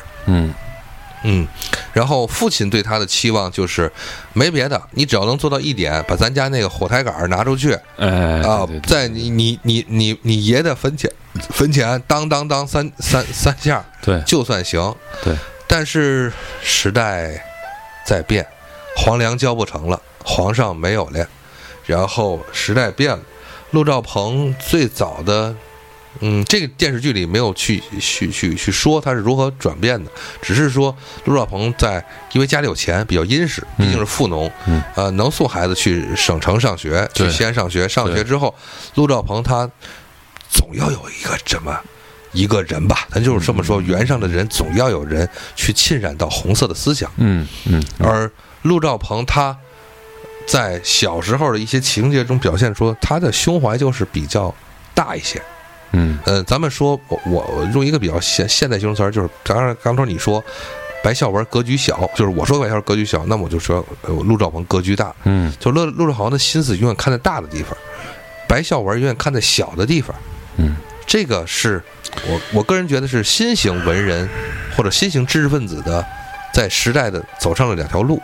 然后父亲对他的期望就是没别的，你只要能做到一点，把咱家那个火柴杆拿出去，在你爷的坟前当三下， 对， 就算行。 对， 但是时代在变，皇粮交不成了，皇上没有了，然后时代变了。陆兆鹏最早的。这个电视剧里没有去说他是如何转变的，只是说陆兆鹏因为家里有钱，比较殷实，毕竟是富农，能送孩子去省城上学，去西安上学。上学之后，陆兆鹏他总要有一个人吧，咱就是这么说，原上的人总要有人去浸染到红色的思想。而陆兆鹏他在小时候的一些情节中表现出他的胸怀就是比较大一些。咱们说，我用一个比较现代形容词，就是刚才你说白孝文格局小，就是我说白孝文格局小，那么我就说陆兆鹏格局大。就陆兆鹏的心思永远看在大的地方，白孝文永远看在小的地方。这个是我个人觉得是新型文人或者新型知识分子的在时代的走上了两条路。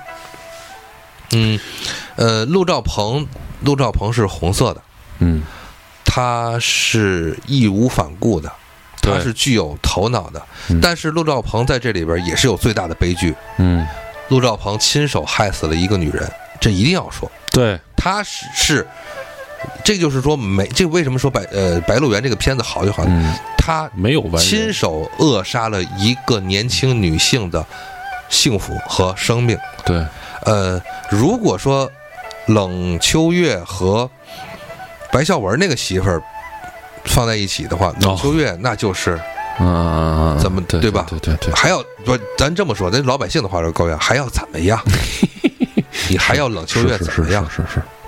陆兆鹏是红色的。他是义无反顾的，他是具有头脑的。但是陆兆鹏在这里边也是有最大的悲剧。陆兆鹏亲手害死了一个女人，这一定要说。 对， 他是这就是说这为什么说白鹿原这个片子好就好，他没有亲手扼杀了一个年轻女性的幸福和生命。 对， 如果说冷秋月和白孝文那个媳妇儿放在一起的话，冷秋月那就是怎么对吧？ 对， 还要不咱这么说，咱老百姓的话说，高原还要怎么样？你还要冷秋月怎么样？ 是，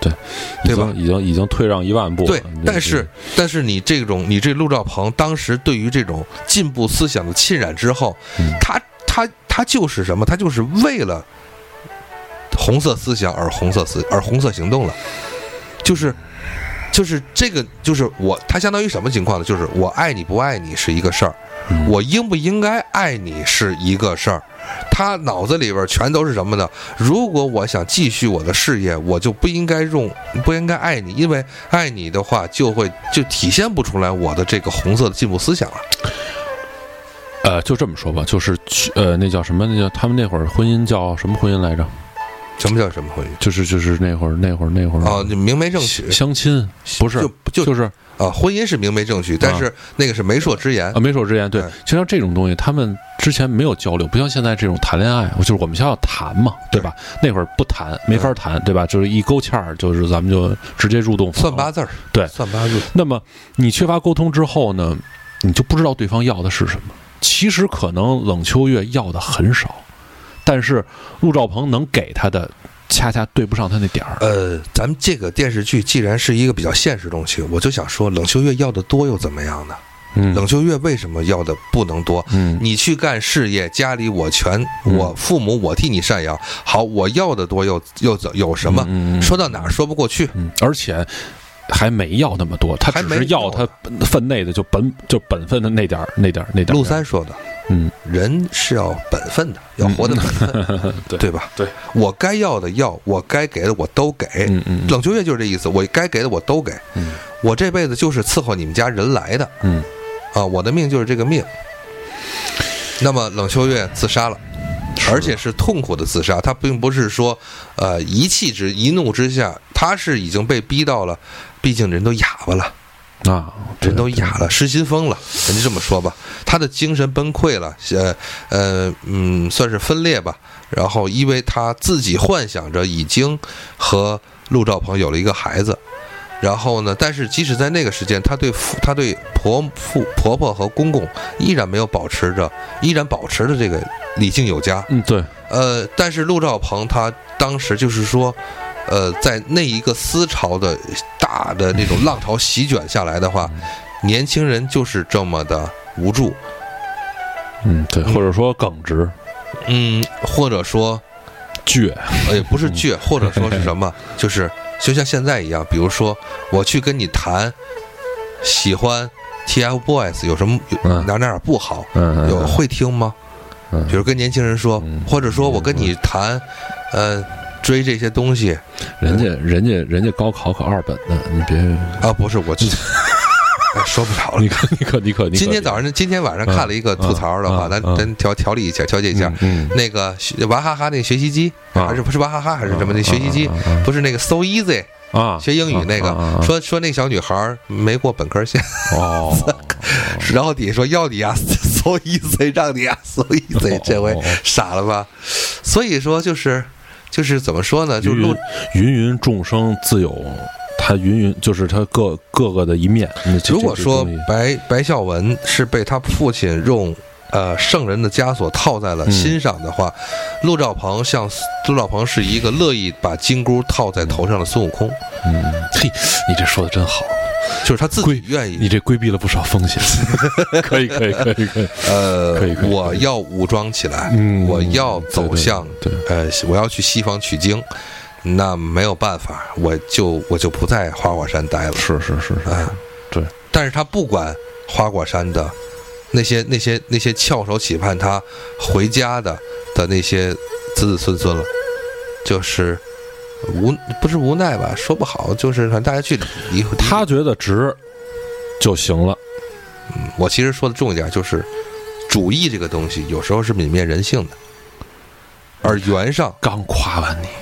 对， 对吧？ 已经退让1万步了。 对，但是你这陆兆鹏当时对于这种进步思想的浸染之后，他就是什么？他就是为了红色思想而红色行动了，就是这个，就是他相当于什么情况呢？就是我爱你不爱你是一个事儿，我应不应该爱你是一个事儿。他脑子里边全都是什么呢？如果我想继续我的事业，我就不应该爱你，因为爱你的话就体现不出来我的这个红色的进步思想了。 就这么说吧，就是那叫什么？那叫他们那会儿婚姻叫什么婚姻来着？ 什么叫什么婚姻？ 就是那会儿哦，明媒正娶， 相亲不是就是婚姻是明媒正娶，但是那个是媒妁之言媒妁之言。对，就像这种东西，他们之前没有交流，不像现在这种谈恋爱，就是我们学校谈嘛，对吧？那会儿不谈，没法谈，对吧？就是一勾芡儿，就是咱们就直接入洞算八字儿， 对， 算八字。 那么你缺乏沟通之后呢，你就不知道对方要的是什么。其实可能冷秋月要的很少，但是陆兆鹏能给他的恰恰对不上他那点儿。 咱们这个电视剧既然是一个比较现实东西，我就想说，冷秋月要的多又怎么样呢？冷秋月为什么要的不能多？你去干事业，家里我父母我替你赡养，好，我要的多又有什么？说到哪儿说不过去， 而且还没要那么多，他只是要他分内的，就本分的那点。 陆三说的，人是要本分的，要活得本分，对吧？对，我该要的要，我该给的我都给。冷秋月就是这意思，我该给的我都给。我这辈子就是伺候你们家人来的。我的命就是这个命。那么冷秋月自杀了，而且是痛苦的自杀，他并不是说一怒之下，他是已经被逼到了，毕竟人都哑巴了啊，人都哑了，失心疯了，咱就这么说吧，他的精神崩溃了，算是分裂吧。然后因为他自己幻想着已经和陆兆鹏有了一个孩子，然后呢，但是即使在那个时间，他对婆婆和公公依然保持着这个礼敬有加。对。但是陆兆鹏他当时就是说，在那一个思潮的大的那种浪潮席卷下来的话，年轻人就是这么的无助。 对，或者说耿直， 或者说倔， 也不是倔，或者说是什么，就像现在一样，比如说我去跟你谈喜欢 TFBOYS 有什么哪不好，会听吗？比如跟年轻人说，或者说我跟你谈追这些东西， 人家高考考2本的，你别不是我说不着了。 你可今天晚上看了一个吐槽的话，咱调理一下，调节一下。那个娃哈哈那学习机，还是不是娃哈哈还是什么？那学习机不是那个 So Easy 学英语那个，说那小女孩没过本科线然后底下说要你啊 So Easy 让你啊 So Easy， 这回傻了吧？所以说就是怎么说呢？就是芸众生自有。他就是他各个的一面。 如果说白孝文是被他父亲用圣人的枷锁套在了心上的话，陆兆鹏是一个乐意把金箍套在头上的孙悟空。 嘿，你这说的真好， 就是他自己愿意。 你这规避了不少风险。可以。 我要武装起来，我要走向我要去西方取经。那没有办法，我就不在花果山待了。 是，对。 但是他不管花果山的那些翘首企盼他回家的那些子孙了，就是不是无奈吧，说不好，就是让大家去离。 他觉得值就行了。 我其实说的重一点，就是主义这个东西有时候是泯灭人性的，而袁尚刚夸完你。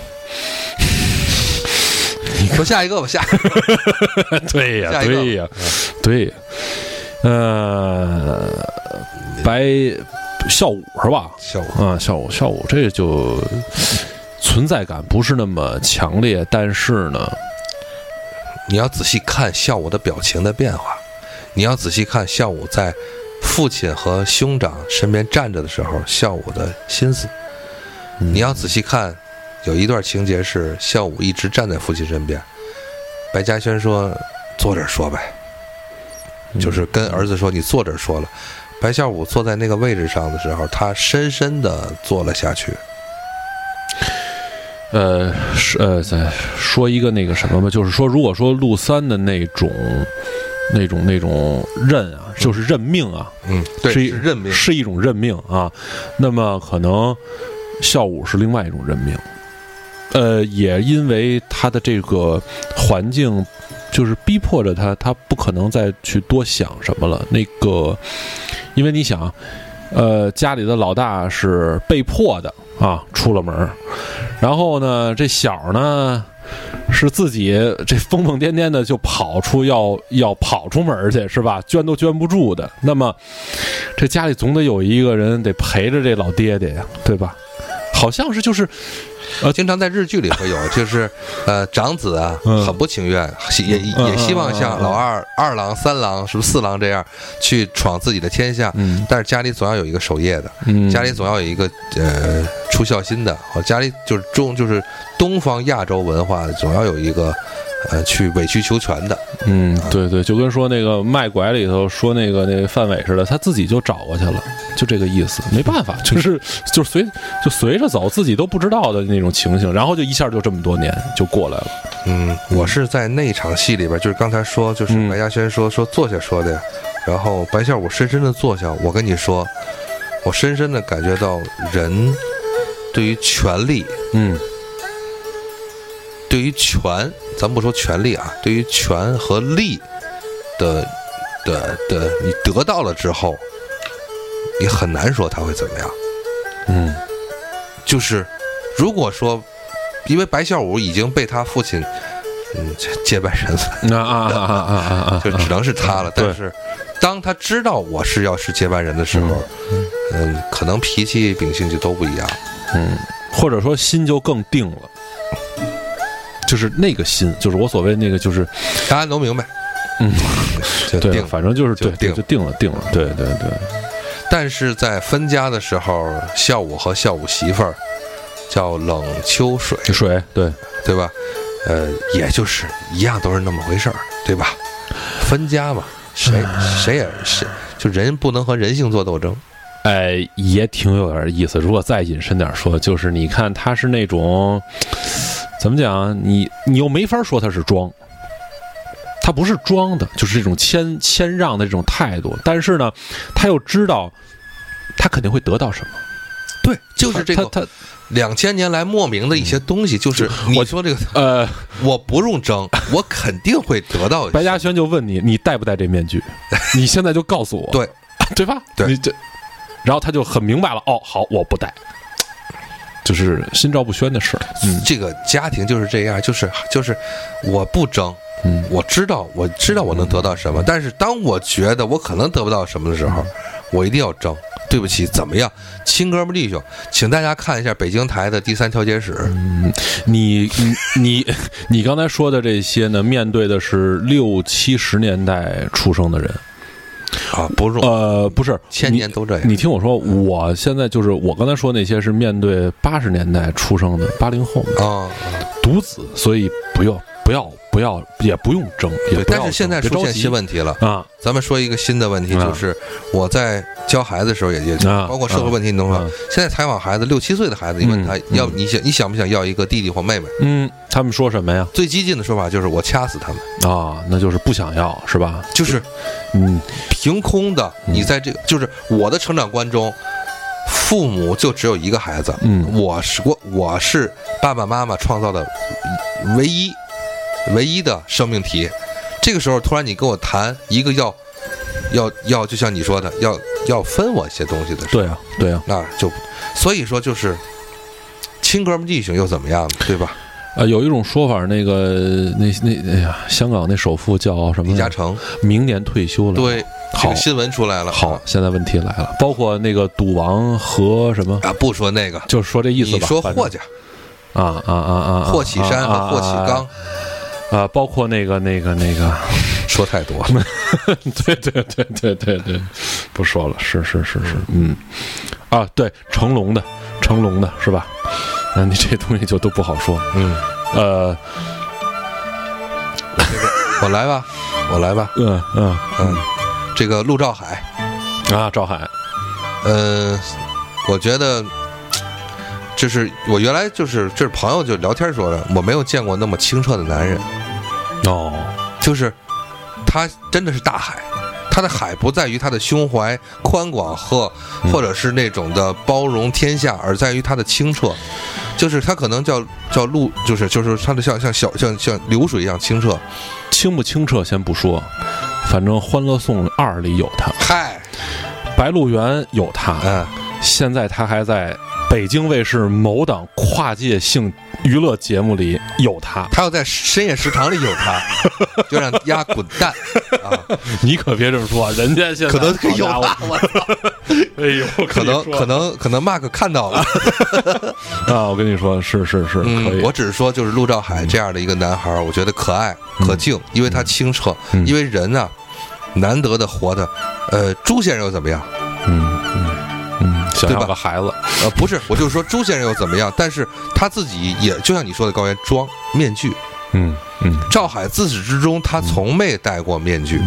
说下一个吧， 对呀，孝武是吧？孝武这就存在感不是那么强烈，但是呢， 你要仔细看孝武的表情的变化，你要仔细看孝武在父亲和兄长身边站着的时候，孝武的心思，你要仔细看有一段情节是孝武一直站在父亲身边，白嘉轩说坐这儿说呗，就是跟儿子说你坐这儿说了。白孝武坐在那个位置上的时候，他深深地坐了下去。 再说一个那个什么吧，就是说，如果说陆三的那种认啊，就是认命啊， 对， 是认命， 是一种认命啊。那么可能孝武是另外一种认命，也因为他的这个环境，就是逼迫着他不可能再去多想什么了。那个，因为你想，家里的老大是被迫的啊出了门，然后呢，这小呢是自己这疯疯癫癫的就跑出要跑出门去，是吧？圈都圈不住的。那么这家里总得有一个人得陪着这老爹爹呀，对吧？好像是就是经常在日剧里会有，就是长子啊，很不情愿，也希望像老二郎、三郎、是不是四郎这样去闯自己的天下，但是家里总要有一个守夜的，家里总要有一个出孝心的，家里就是东方亚洲文化总要有一个去委曲求全的。 对，就跟说那个卖拐里头说那个范伟似的，他自己就找过去了，就这个意思，没办法，就随着走，自己都不知道的那种情形，然后就一下就这么多年就过来了。 我是在那场戏里边，就是刚才说，就是白嘉轩说坐下说的呀，然后白孝武深深的坐下，我跟你说，我深深的感觉到人对于权力，对于权，咱不说权力啊，对于权和力的，你得到了之后，你很难说他会怎么样。就是如果说，因为白孝武已经被他父亲，接班人了，就只能是他了。但是当他知道我要是接班人的时候，可能脾气秉性就都不一样， 或者说心就更定了。就是那个心，就是我所谓那个，就是大家能明白， 对，反正就是对，就定了，对。 但是在分家的时候，孝武和孝武媳妇儿叫冷秋水，对吧？也就是一样，都是那么回事儿，对吧？分家嘛，谁也是，就人不能和人性做斗争。 也挺有点意思。如果再引申点说，就是你看他是那种。怎么讲？你又没法说他是装，他不是装的，就是这种谦让的这种态度。但是呢，他又知道他肯定会得到什么。 对，就是这个他2000年来莫名的一些东西，就是你说这个我不用争，我肯定会得到。 白嘉轩就问你戴不戴这面具？你现在就告诉我，对吧？ 对， 然后他就很明白了。好，我不戴。就是心照不宣的事儿。 这个家庭就是这样，就是我不争，我知道我能得到什么，但是当我觉得我可能得不到什么的时候，我一定要争。对不起，怎么样，亲哥们弟兄，请大家看一下北京台的第3调解室。 你刚才说的这些呢，面对的是60、70年代出生的人。 不是， 不是 ，1000年都这样。 你听我说，我现在就是我刚才说那些是面对80年代出生的80后独子，所以不要，也不用争，也不要。 但是现在出现新问题了啊！咱们说一个新的问题，就是我在教孩子的时候也包括社会问题，你懂吗？现在采访孩子6、7岁的孩子，你问他你想不想要一个弟弟或妹妹？ 他们说什么呀？ 最激进的说法就是我掐死他们啊，那就是不想要，是吧？ 就是凭空的，你在这个就是我的成长观中，父母就只有一个孩子，我是爸爸妈妈创造的唯一的生命体。这个时候突然你跟我谈一个要就像你说的要分我一些东西的时候， 对啊， 那就所以说就是亲哥们弟兄又怎么样呢？对吧？ 有一种说法，那个哎呀，香港那首富叫什么？ 李嘉诚， 明年退休了。对， 好，新闻出来了。 好，现在问题来了，包括那个赌王和什么不说那个， 就说这意思吧。 你说霍家霍启山和霍启刚。 包括那个， 说太多了。 对，不说了，是，对，成龙的是吧？ 那你这东西就都不好说。 我来吧。这个陆兆海啊，兆海， 我觉得就是我原来这是朋友就聊天说的，我没有见过那么清澈的男人。就是他真的是大海，他的海不在于他的胸怀宽广或者是那种的包容天下，而在于他的清澈。就是他可能叫陆，就是他的像流水一样清澈。 清不清澈先不说，反正《欢乐颂2》里有他， 嗨， 白鹿原有他，现在他还在北京卫视某档跨界性娱乐节目里有他， 他要在深夜食堂里有他，就让鸭滚蛋啊！ 你可别这么说，人家现在可能有他，我操！ 哎呦， 可能 Mark 看到了啊！我跟你说，是可以。 我只是说，就是陆兆海这样的一个男孩，我觉得可爱可敬，因为他清澈，因为人啊，难得的活的。朱先生又怎么样？ 想要个孩子， 不是，我就是说朱先生又怎么样？但是他自己也就像你说的，高原装面具。赵海自始至终他从没戴过面具。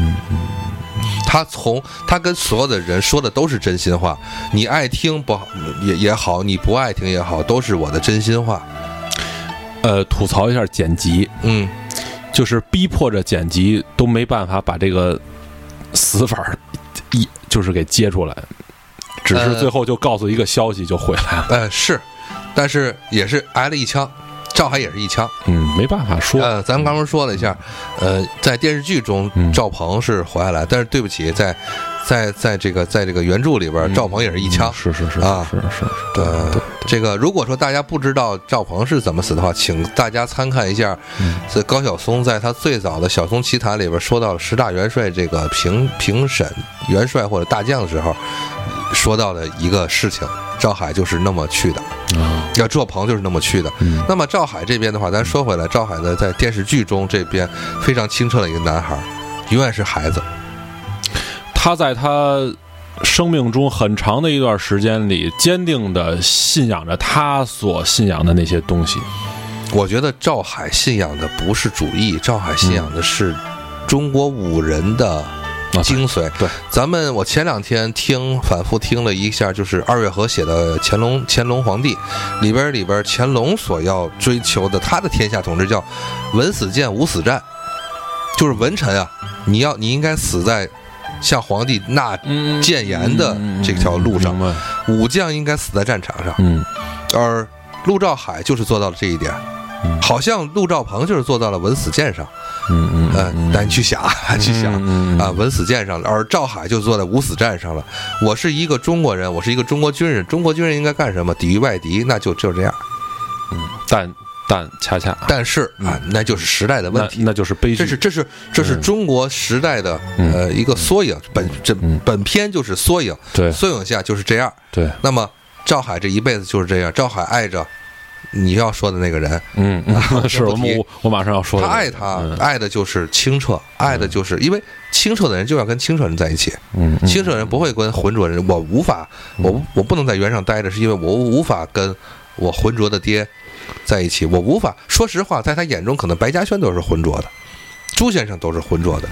他跟所有的人说的都是真心话，你爱听不好也好，你不爱听也好，都是我的真心话。 吐槽一下剪辑，就是逼迫着剪辑都没办法把这个死法就是给接出来。只是最后就告诉一个消息就回来了。 是，但是也是挨了一枪，赵海也是一枪。 没办法说。 咱们刚刚说了一下，在电视剧中赵鹏是活下来，但是对不起，在这个原著里边，赵鹏也是一枪。 是啊， 是。对。 这个如果说大家不知道赵鹏是怎么死的话，请大家参看一下，这高晓松在他最早的《晓松奇谈》里边说到10大元帅这个评审元帅或者大将的时候。说到的一个事情，赵海就是那么去的，赵鹏就是那么去的。那么赵海这边的话，咱说回来，赵海呢在电视剧中这边非常清澈的一个男孩，永远是孩子。 他在他生命中很长的一段时间里，坚定地信仰着他所信仰的那些东西。 我觉得赵海信仰的不是主义，赵海信仰的是中国武人的精髓。 对， 我前2天反复听了一下，就是二月河写的乾隆皇帝里边乾隆所要追求的他的天下统治叫文死谏武死战，就是文臣啊，你应该死在像皇帝纳谏言的这条路上，武将应该死在战场上。而陆兆海就是做到了这一点。好像陆兆鹏就是做到了文死谏上，但你去想啊，文死谏上了，而赵海就坐在武死战上了。我是一个中国人，我是一个中国军人，中国军人应该干什么？抵御外敌，那就这样。但是啊，那就是时代的问题， 那就是悲剧。 这是中国时代的一个缩影。本片就是缩影， 对， 缩影下就是这样。 对， 那么赵海这一辈子就是这样。赵海爱着你要说的那个人， 是我马上要说的。 他爱他，爱的就是清澈，爱的就是因为清澈的人就要跟清澈人在一起。清澈人不会跟浑浊人。我无法，我不能在原上待着，是因为我无法跟我浑浊的爹在一起。我无法，说实话，在他眼中，可能白嘉轩都是浑浊的，朱先生都是浑浊的。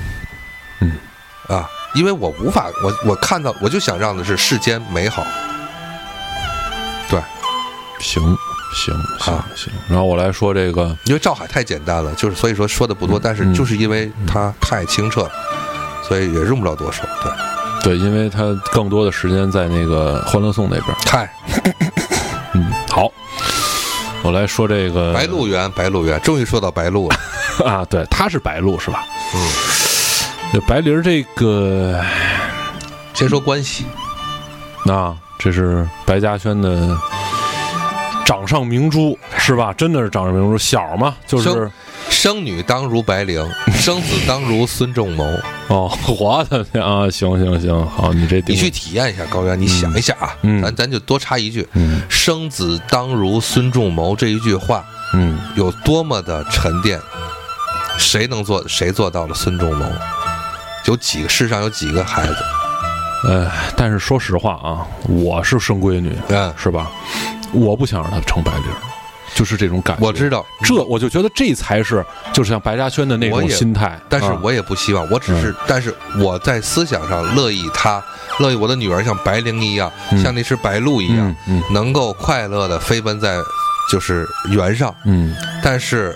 因为我无法，我看到，我就想让的是世间美好。对， 行。然后我来说这个， 因为赵海太简单了，就是所以说的不多，但是就是因为他太清澈了，所以也用不了多少。 对，因为他更多的时间在那个欢乐颂那边。 嗨， 好，我来说这个白鹿原，终于说到白鹿了啊，对，他是白鹿是吧？白灵这个， 先说关系， 这是白嘉轩的掌上明珠是吧？真的是掌上明珠，小嘛，就是生女当如白灵，生子当如孙仲谋。 我的天啊！行，好，你去体验一下高原，你想一下啊，咱就多插一句，生子当如孙仲谋这一句话，有多么的沉淀，谁做到了孙仲谋？世上有几个孩子？ 但是说实话啊，我是生闺女，是吧？我不想让她成白灵， 就是这种感觉。 我知道， 我就觉得这才是就是像白嘉轩的那种心态。 但是我也不希望，我只是，但是我在思想上乐意我的女儿像白灵一样，像那只白鹭一样，能够快乐的飞奔在就是原上。但是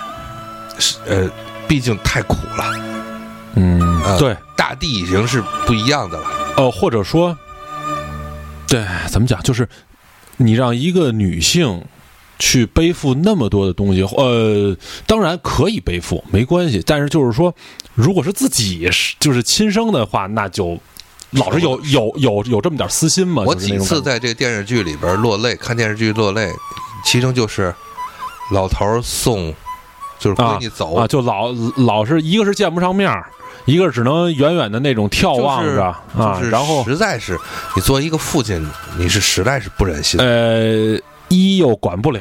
毕竟太苦了。对，大地已经是不一样的了。 或者说，对，怎么讲？就是你让一个女性去背负那么多的东西，当然可以背负，没关系。但是就是说，如果是自己就是亲生的话，那就老是有这么点私心嘛。 我几次在这个电视剧里边落泪，看电视剧落泪，其中就是老头送就是闺女走就老是一个是见不上面，一个只能远远的那种眺望着然后实在是你作为一个父亲，你是实在是不忍心。 又管不了，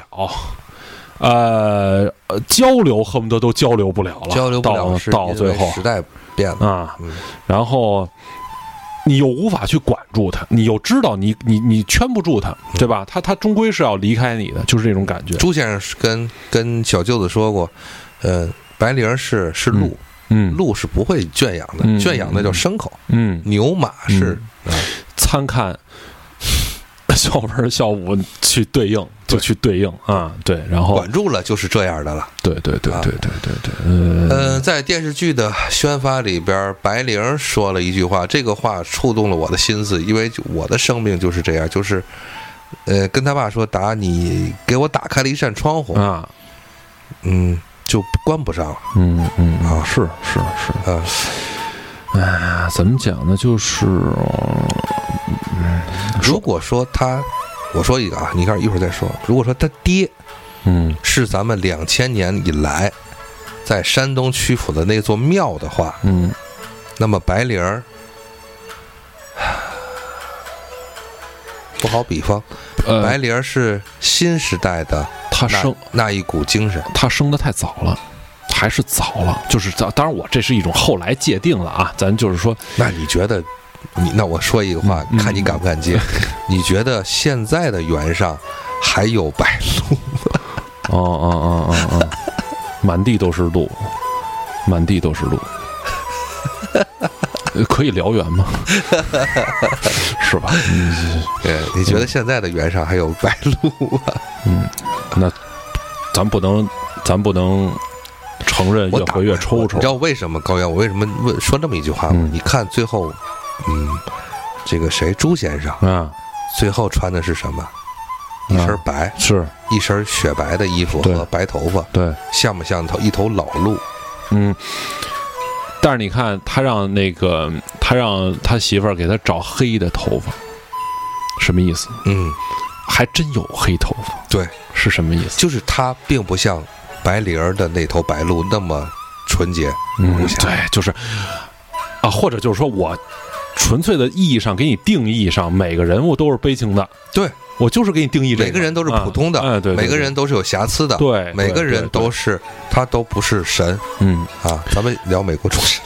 交流恨不得都交流不了了， 交流不了到最后时代变了然后你又无法去管住他，你又知道你圈不住他，对吧？他终归是要离开你的，就是这种感觉。 朱先生跟小舅子说过，白灵是鹿。鹿是不会圈养的，圈养的叫牲口。牛马是参看孝文孝武去对应，就去对应对，然后管住了就是这样的了。 对。 在电视剧的宣发里边，白灵说了一句话，这个话触动了我的心思，因为我的生命就是这样，就是跟他爸说，你给我打开了一扇窗户就关不上了。 是怎么讲呢？就是如果说我说一个你看一会儿再说。如果说他爹，是咱们2000年以来在山东曲阜的那座庙的话，那么白灵不好比方，白灵是新时代的。 他那一股精神， 他生得太早了，还是早了，就是当然我这是一种后来界定了咱就是说， 那你觉得那我说一个话，看你敢不敢接？你觉得现在的原上还有白鹿？满地都是鹿，满地都是鹿。可以燎原吗？是吧？ 你觉得现在的原上还有白鹿那咱不能承认越回越抽抽。 你知道为什么高原？我为什么说这么一句话吗？你看最后，这个谁朱先生最后穿的是什么？一身白， 是一身雪白的衣服和白头发， 对， 像不像一头老鹿？ 但是你看，他让他媳妇儿给他找黑的头发，什么意思？还真有黑头发。 对， 是什么意思？ 就是他并不像白灵的那头白鹿那么纯洁无瑕。 对，就是或者就是说我纯粹的意义上给你定义上，每个人物都是悲情的。 对。 我就是给你定义这个， 每个人都是普通的， 对， 每个人都是有瑕疵的， 对， 每个人都是，他都不是神，咱们聊美国众神，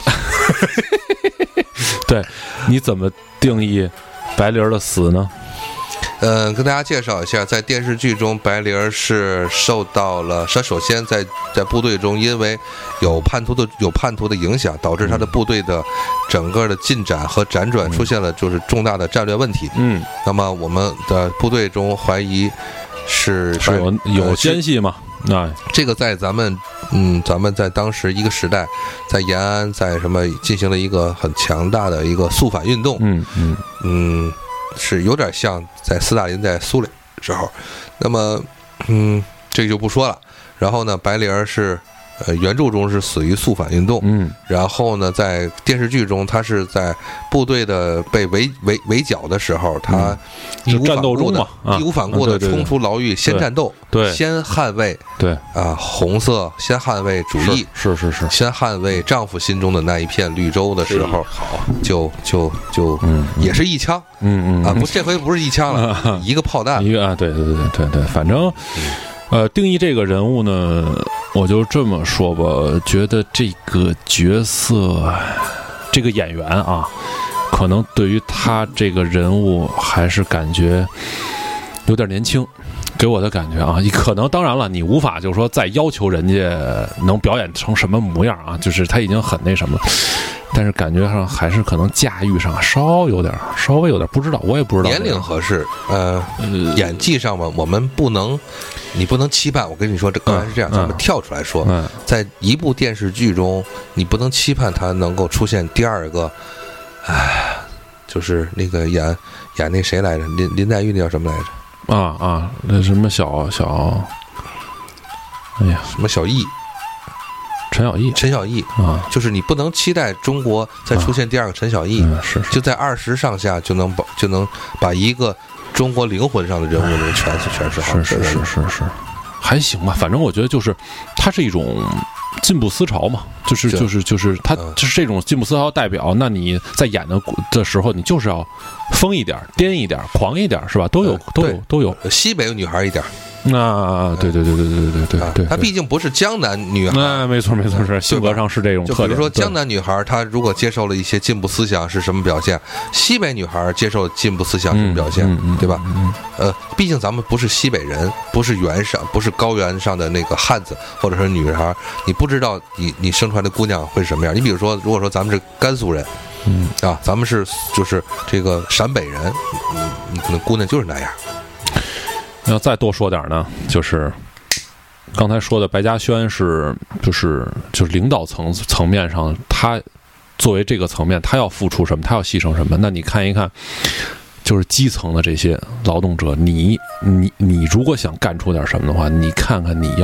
对，你怎么定义白灵的死呢？ 跟大家介绍一下，在电视剧中，白灵是受到了他首先在部队中，因为有叛徒的影响，导致他的部队的整个的进展和辗转出现了就是重大的战略问题。那么我们的部队中怀疑是有奸细吗？ 这个在咱们在当时一个时代，在延安在什么进行了一个很强大的一个肃反运动。是有点像在斯大林在苏联时候，那么这个就不说了。然后呢，白灵是原著中是死于肃反运动，然后呢，在电视剧中，他是在部队的被围剿的时候，他义无反顾的冲出牢狱，先战斗， 对， 先捍卫， 对红色，先捍卫主义， 是， 先捍卫丈夫心中的那一片绿洲的时候， 好， 就也是一枪，不，这回不是一枪了，一个炮弹， 一个对，反正。定义这个人物呢，我就这么说吧，觉得这个角色，这个演员可能对于他这个人物还是感觉有点年轻， 给我的感觉啊，可能当然了，你无法就是说再要求人家能表演成什么模样啊，就是他已经很那什么了，但是感觉上还是可能驾驭上稍微有点不知道，我也不知道年龄合适，演技上嘛，我们你不能期盼。我跟你说，这刚才是这样，咱们跳出来说，在一部电视剧中，你不能期盼他能够出现第二个，就是那个演那谁来着，林黛玉那叫什么来着？ 那什么小，哎呀， 什么小艺。陈小艺啊， 就是你不能期待中国再出现第二个陈小艺， 是就在20上下就能把一个中国灵魂上的人物能诠释好。 是，还行吧。反正我觉得就是它是一种进步思潮嘛，就是它就是这种进步思潮代表。那你在演的时候，你就是要疯一点、颠一点、狂一点，是吧？都有。 西北女孩一点。 对， 她毕竟不是江南女孩， 没错，是性格上是这种特点。就比如说江南女孩，她如果接受了一些进步思想是什么表现？西北女孩接受进步思想是什么表现？对吧？毕竟咱们不是西北人，不是原上，不是高原上的那个汉子或者是女孩，你不知道你生出来的姑娘会什么样。你比如说，如果说咱们是甘肃人，咱们就是这个陕北人，你可能姑娘就是那样。 要再多说点呢，就是刚才说的白嘉轩就是领导层面上，他作为这个层面，他要付出什么，他要牺牲什么？那你看一看，就是基层的这些劳动者，你如果想干出点什么的话，你看看你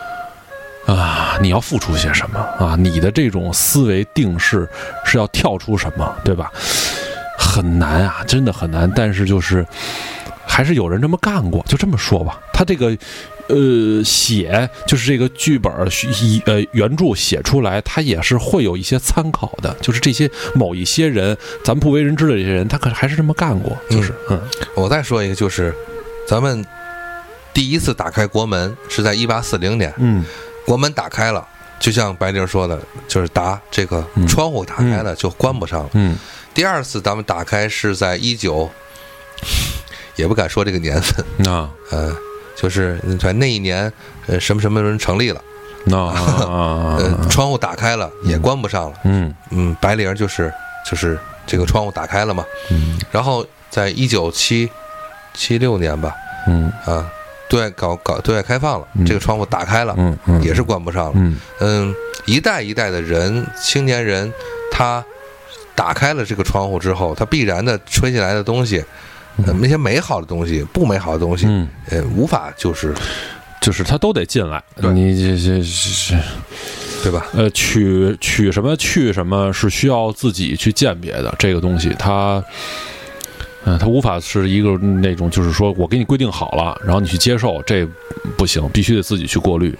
要付出些什么啊？你的这种思维定势是要跳出什么，对吧？很难啊，真的很难。但是就是还是有人这么干过，就这么说吧。他这个写就是这个剧本原著写出来，他也是会有一些参考的。就是这些某一些人，咱们不为人知的这些人，他可还是这么干过。就是我再说一个，就是咱们第一次打开国门是在1840年，国门打开了，就像白灵说的，就是这个窗户打开了就关不上了。第二次咱们打开是在也不敢说这个年份就是在那一年什么什么人成立了窗户打开了也关不上了。白灵就是这个窗户打开了嘛。然后在1976年吧，对外开放了，这个窗户打开了，也是关不上了。一代一代的人，青年人，他打开了这个窗户之后，他必然的吹进来的东西，那些美好的东西、不美好的东西，无法就是他都得进来。你这对吧？ 取什么去什么是需要自己去鉴别的，这个东西它无法是一个那种，就是说我给你规定好了，然后你去接受，这不行，必须得自己去过滤。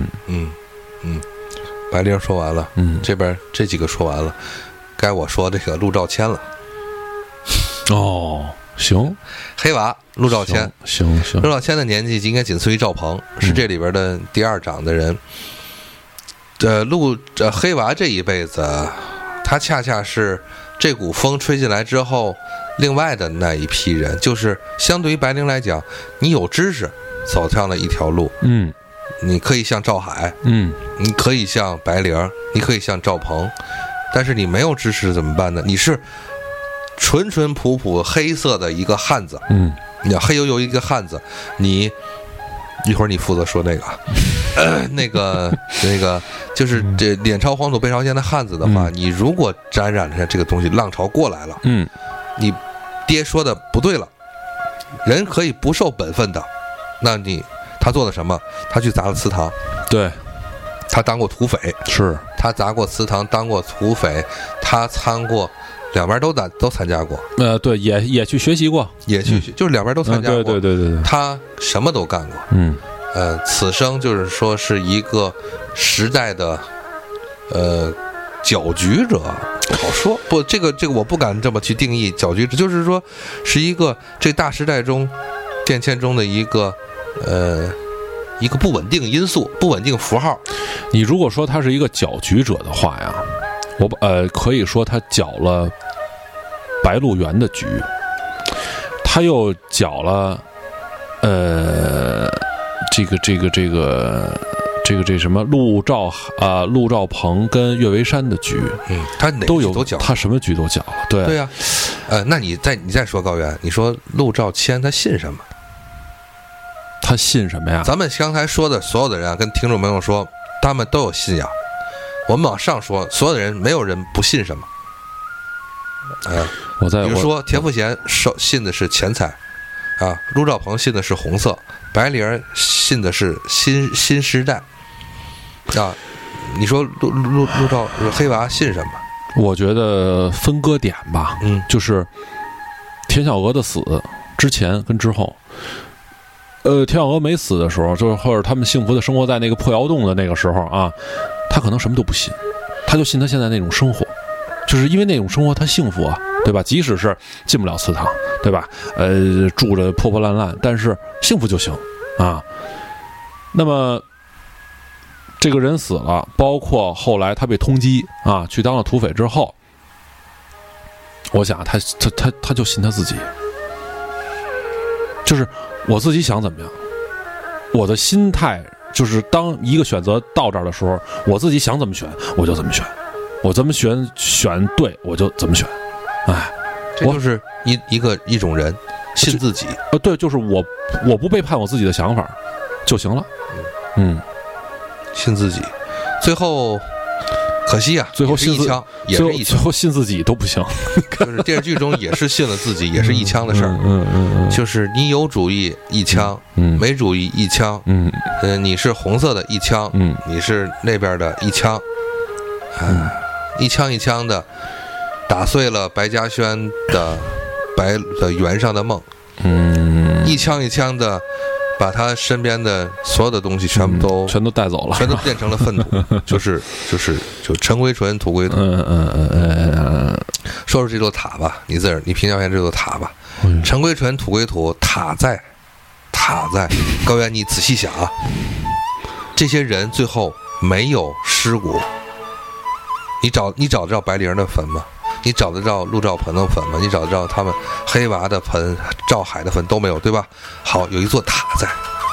白灵说完了，这边这几个说完了，该我说这个陆兆谦了。 行， 黑娃陆兆谦， 行， 陆兆谦的年纪应该仅次于赵鹏，是这里边的第二长的人。黑娃这一辈子，他恰恰是这股风吹进来之后，另外的那一批人，就是相对于白灵来讲，你有知识，走上了一条路。你可以像赵海，你可以像白灵，你可以像赵鹏，但是你没有知识怎么办呢？你是淳淳朴朴黑色的一个汉子，你黑黝黝一个汉子，你一会儿你负责说那个那个就是这脸朝黄土背朝天的汉子的话，你如果沾染着这个东西，浪潮过来了，你爹说的不对了，人可以不受本分的，那他做了什么？他去砸了祠堂， 对， 他当过土匪， 是他砸过祠堂，当过土匪，他参过。两边都参加过， 对，也去学习过， 也去就是两边都参加过， 对， 他什么都干过，此生就是说是一个时代的，搅局者，好说不，这个我不敢这么去定义搅局者，就是说是一个这大时代中变迁中的一个不稳定因素、不稳定符号。 你如果说他是一个搅局者的话呀。可以说他搅了白鹿原的局，他又搅了这什么陆兆鹏跟岳维山的局， 他哪都有都搅， 他什么局都搅了。对呀，那你再说高原，你说陆兆谦他信什么？ 他信什么呀？ 咱们刚才说的所有的人啊，跟听众朋友说，他们都有信仰。我们往上说，所有的人没有人不信什么。比如说田馥甄信的是钱财，啊，陆兆鹏信的是红色，白灵信的是新时代，啊，你说陆兆黑娃信什么？ 我觉得分割点吧，就是田小娥的死之前跟之后。田小娥没死的时候，就是或者他们幸福的生活在那个破窑洞的那个时候啊，他可能什么都不信，他就信他现在那种生活，就是因为那种生活他幸福啊，对吧？即使是进不了祠堂，对吧？住着破破烂烂，但是幸福就行啊。那么这个人死了，包括后来他被通缉啊，去当了土匪之后，我想他就信他自己，就是我自己想怎么样，我的心态就是当一个选择到这儿的时候，我自己想怎么选我就怎么选，我怎么选对我就怎么选，哎， 这就是一种人信自己， 对，就是我不背叛我自己的想法就行了， 信自己，最后可惜啊， 最后信一枪，也是一枪， 最后信自己都不行， 就是电视剧中也是信了自己，也是一枪的事儿，就是你有主意一枪，没主意一枪，你是红色的一枪，你是那边的一枪，一枪一枪的打碎了白嘉轩的圆上的梦，一枪一枪的把他身边的所有的东西全都带走了， 全都变成了粪土，就尘归尘，土归土。说说这座塔吧，你评价一下这座塔吧。尘归尘，土归土，塔在。高原，你仔细想啊，这些人最后没有尸骨，你找得着白灵的坟吗？你找得着陆兆鹏的坟吗？你找得着他们黑娃的坟、赵海的坟都没有，对吧？好，有一座塔在。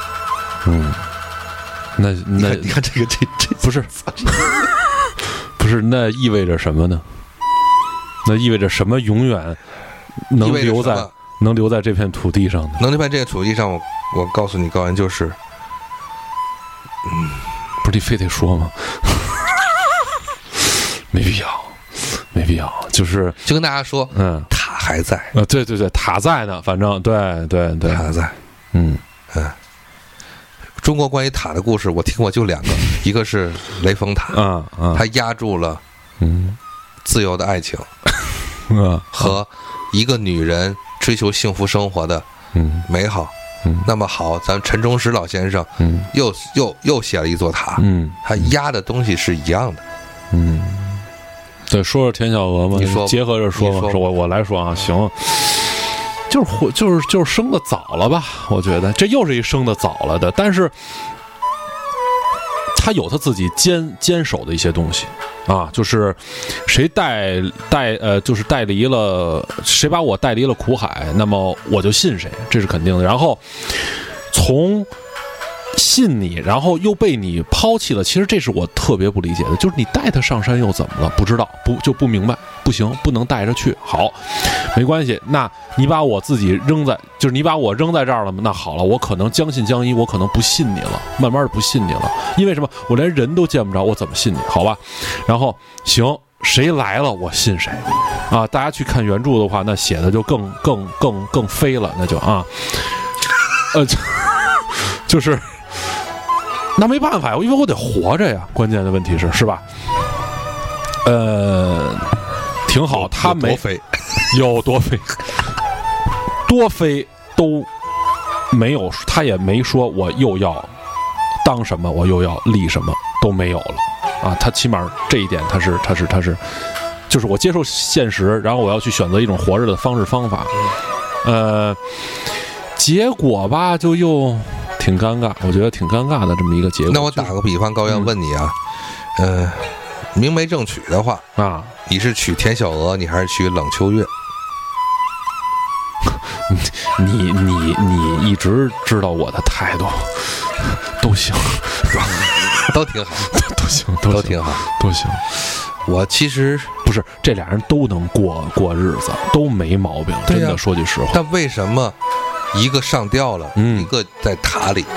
那你看这不是不是，那意味着什么呢？那意味着什么？永远能留在这片土地上的， 能留在这片土地上。我告诉你，高原就是， 不是你非得说吗？没必要，就跟大家说，塔还在， 对，塔在呢，反正对， 塔在，中国关于塔的故事我听过就2个，一个是雷峰塔，它压住了，自由的爱情，和一个女人追求幸福生活的美好。那么好，咱们陈忠实老先生，又写了一座塔，他压的东西是一样的， 对，说说田小娥嘛， 你说结合着说嘛，我来说啊，行，就是生的早了吧？我觉得这又是一生的早了的，但是他有他自己坚守的一些东西啊，就是谁就是带离了谁，把我带离了苦海，那么我就信谁，这是肯定的。然后从信你，然后又被你抛弃了，其实这是我特别不理解的，就是你带他上山又怎么了？不知道，不明白，不行，不能带着去。好，没关系，那你把我自己就是你把我扔在这儿了吗？那好了，我可能将信将疑，我可能不信你了，慢慢的不信你了，因为什么？我连人都见不着，我怎么信你？好吧，然后行，谁来了我信谁啊！大家去看原著的话，那写的就更飞了，那就啊，就是。那没办法，因为我得活着呀。关键的问题是吧？挺好，他没飞， 有多飞，多飞都没有，他也没说我又要当什么，我又要立什么，都没有了啊。他起码这一点，他是，就是我接受现实，然后我要去选择一种活着的方式方法。结果吧，就又。挺尴尬，我觉得挺尴尬的这么一个结果。 那我打个比方，高原问你啊，明媒正娶的话啊， 你是娶田小娥，你还是娶冷秋月？ 你一直知道我的态度，都行， 都挺好， 都行， 都挺好， 都行。 我其实不是这俩人都能过日子，都没毛病。真的说句实话， 但为什么一个上吊了，一个在塔里？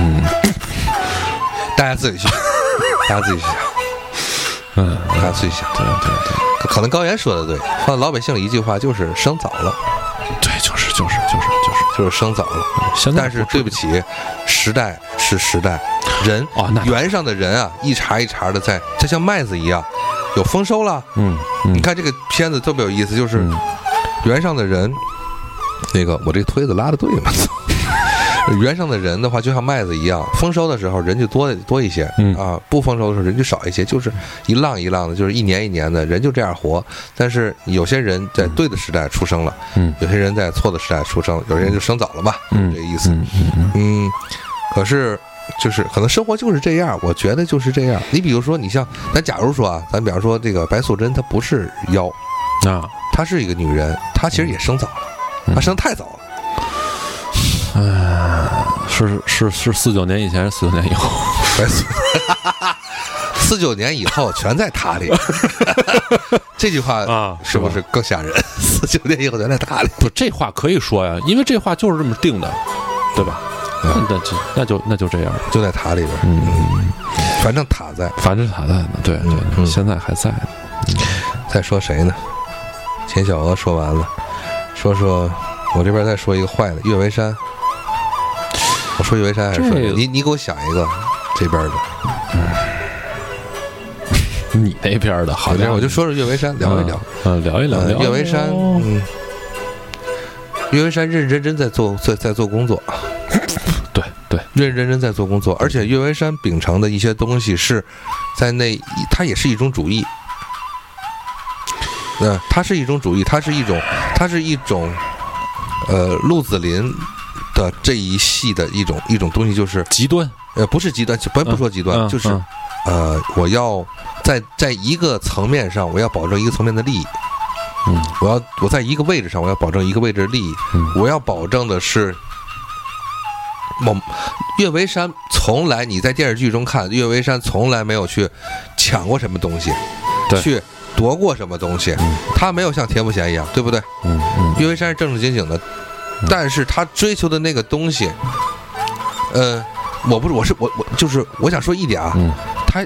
大家自己去，大家自己去想，大家自己想。 对， 可能高原说的对，放在老百姓里一句话就是生早了。 对，就是生早了。但是对不起，时代是时代，人原上的人啊，一茬一茬的在，它像麦子一样，有丰收了。你看这个片子特别有意思，就是原上的人，那个我这个推子拉的对吗？原上的人的话，就像麦子一样，丰收的时候人就多一些啊，不丰收的时候人就少一些，就是一浪一浪的，就是一年一年的，人就这样活。但是有些人在对的时代出生了，有些人在错的时代出生，有些人就生早了吧，这个意思。可是就是可能生活就是这样，我觉得就是这样。你比如说，你像咱假如说啊，咱比方说这个白素贞，她不是妖啊，她是一个女人，她其实也生早了，她生太早了。 是49年以前还是49年以后 ？49年以后全在塔里。这句话啊，是不是更吓人？49年以后全在塔里。 不，这话可以说呀，因为这话就是这么定的，对吧？那就这样， 就在塔里边。反正塔在呢。对，现在还在呢。 再说谁呢？钱小娥说完了，说我这边再说一个坏的，岳维山。我说岳维山还是说你给我想一个这边的， 你那边的好， 我就说岳维山聊一聊， 聊一聊岳维山，岳维山认认真在做工作， 对， 认认真在做工作，而且岳维山秉承的一些东西是在它也是一种主义，它是一种主义，它是一种陆子霖的这一系的一种东西，就是极端， 不是极端，不说极端，就是我要在一个层面上，我要保证一个层面的利益，我在一个位置上，我要保证一个位置的利益，我要保证的是，岳维山从来你在电视剧中看，岳维山从来没有去抢过什么东西，去夺过什么东西，他没有像田福贤一样，对不对？岳维山是正正经经的。但是他追求的那个东西，我想说一点啊，他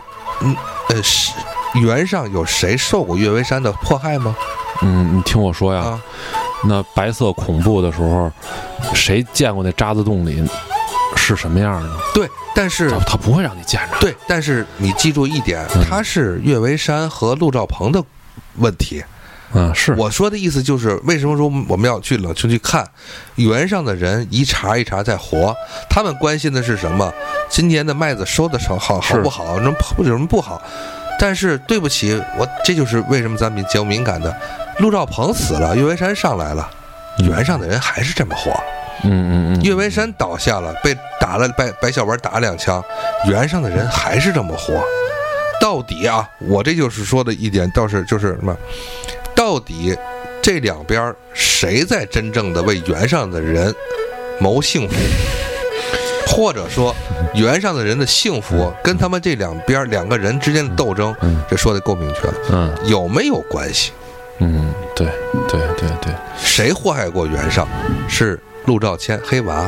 原上有谁受过岳维山的迫害吗？ 你听我说呀，那白色恐怖的时候，谁见过那渣滓洞里是什么样的？ 对，但是他不会让你见着。 对，但是你记住一点，他是岳维山和陆兆鹏的问题。 是我说的意思就是，为什么说我们要去冷清去看原上的人一茬一茬在活，他们关心的是什么？今年的麦子收的好不好？有什么不好？但是对不起，这就是为什么咱们节目敏感的。陆兆鹏死了，岳维山上来了，原上的人还是这么活。岳维山倒下了，被打了白小丸打2枪，原上的人还是这么活。到底啊，我这就是说的一点，倒是就是什么？到底这两边谁在真正的为原上的人谋幸福，或者说原上的人的幸福跟他们这两个人之间的斗争，这说的够明确了，有没有关系？ 对， 谁祸害过原上？是陆兆谦黑娃，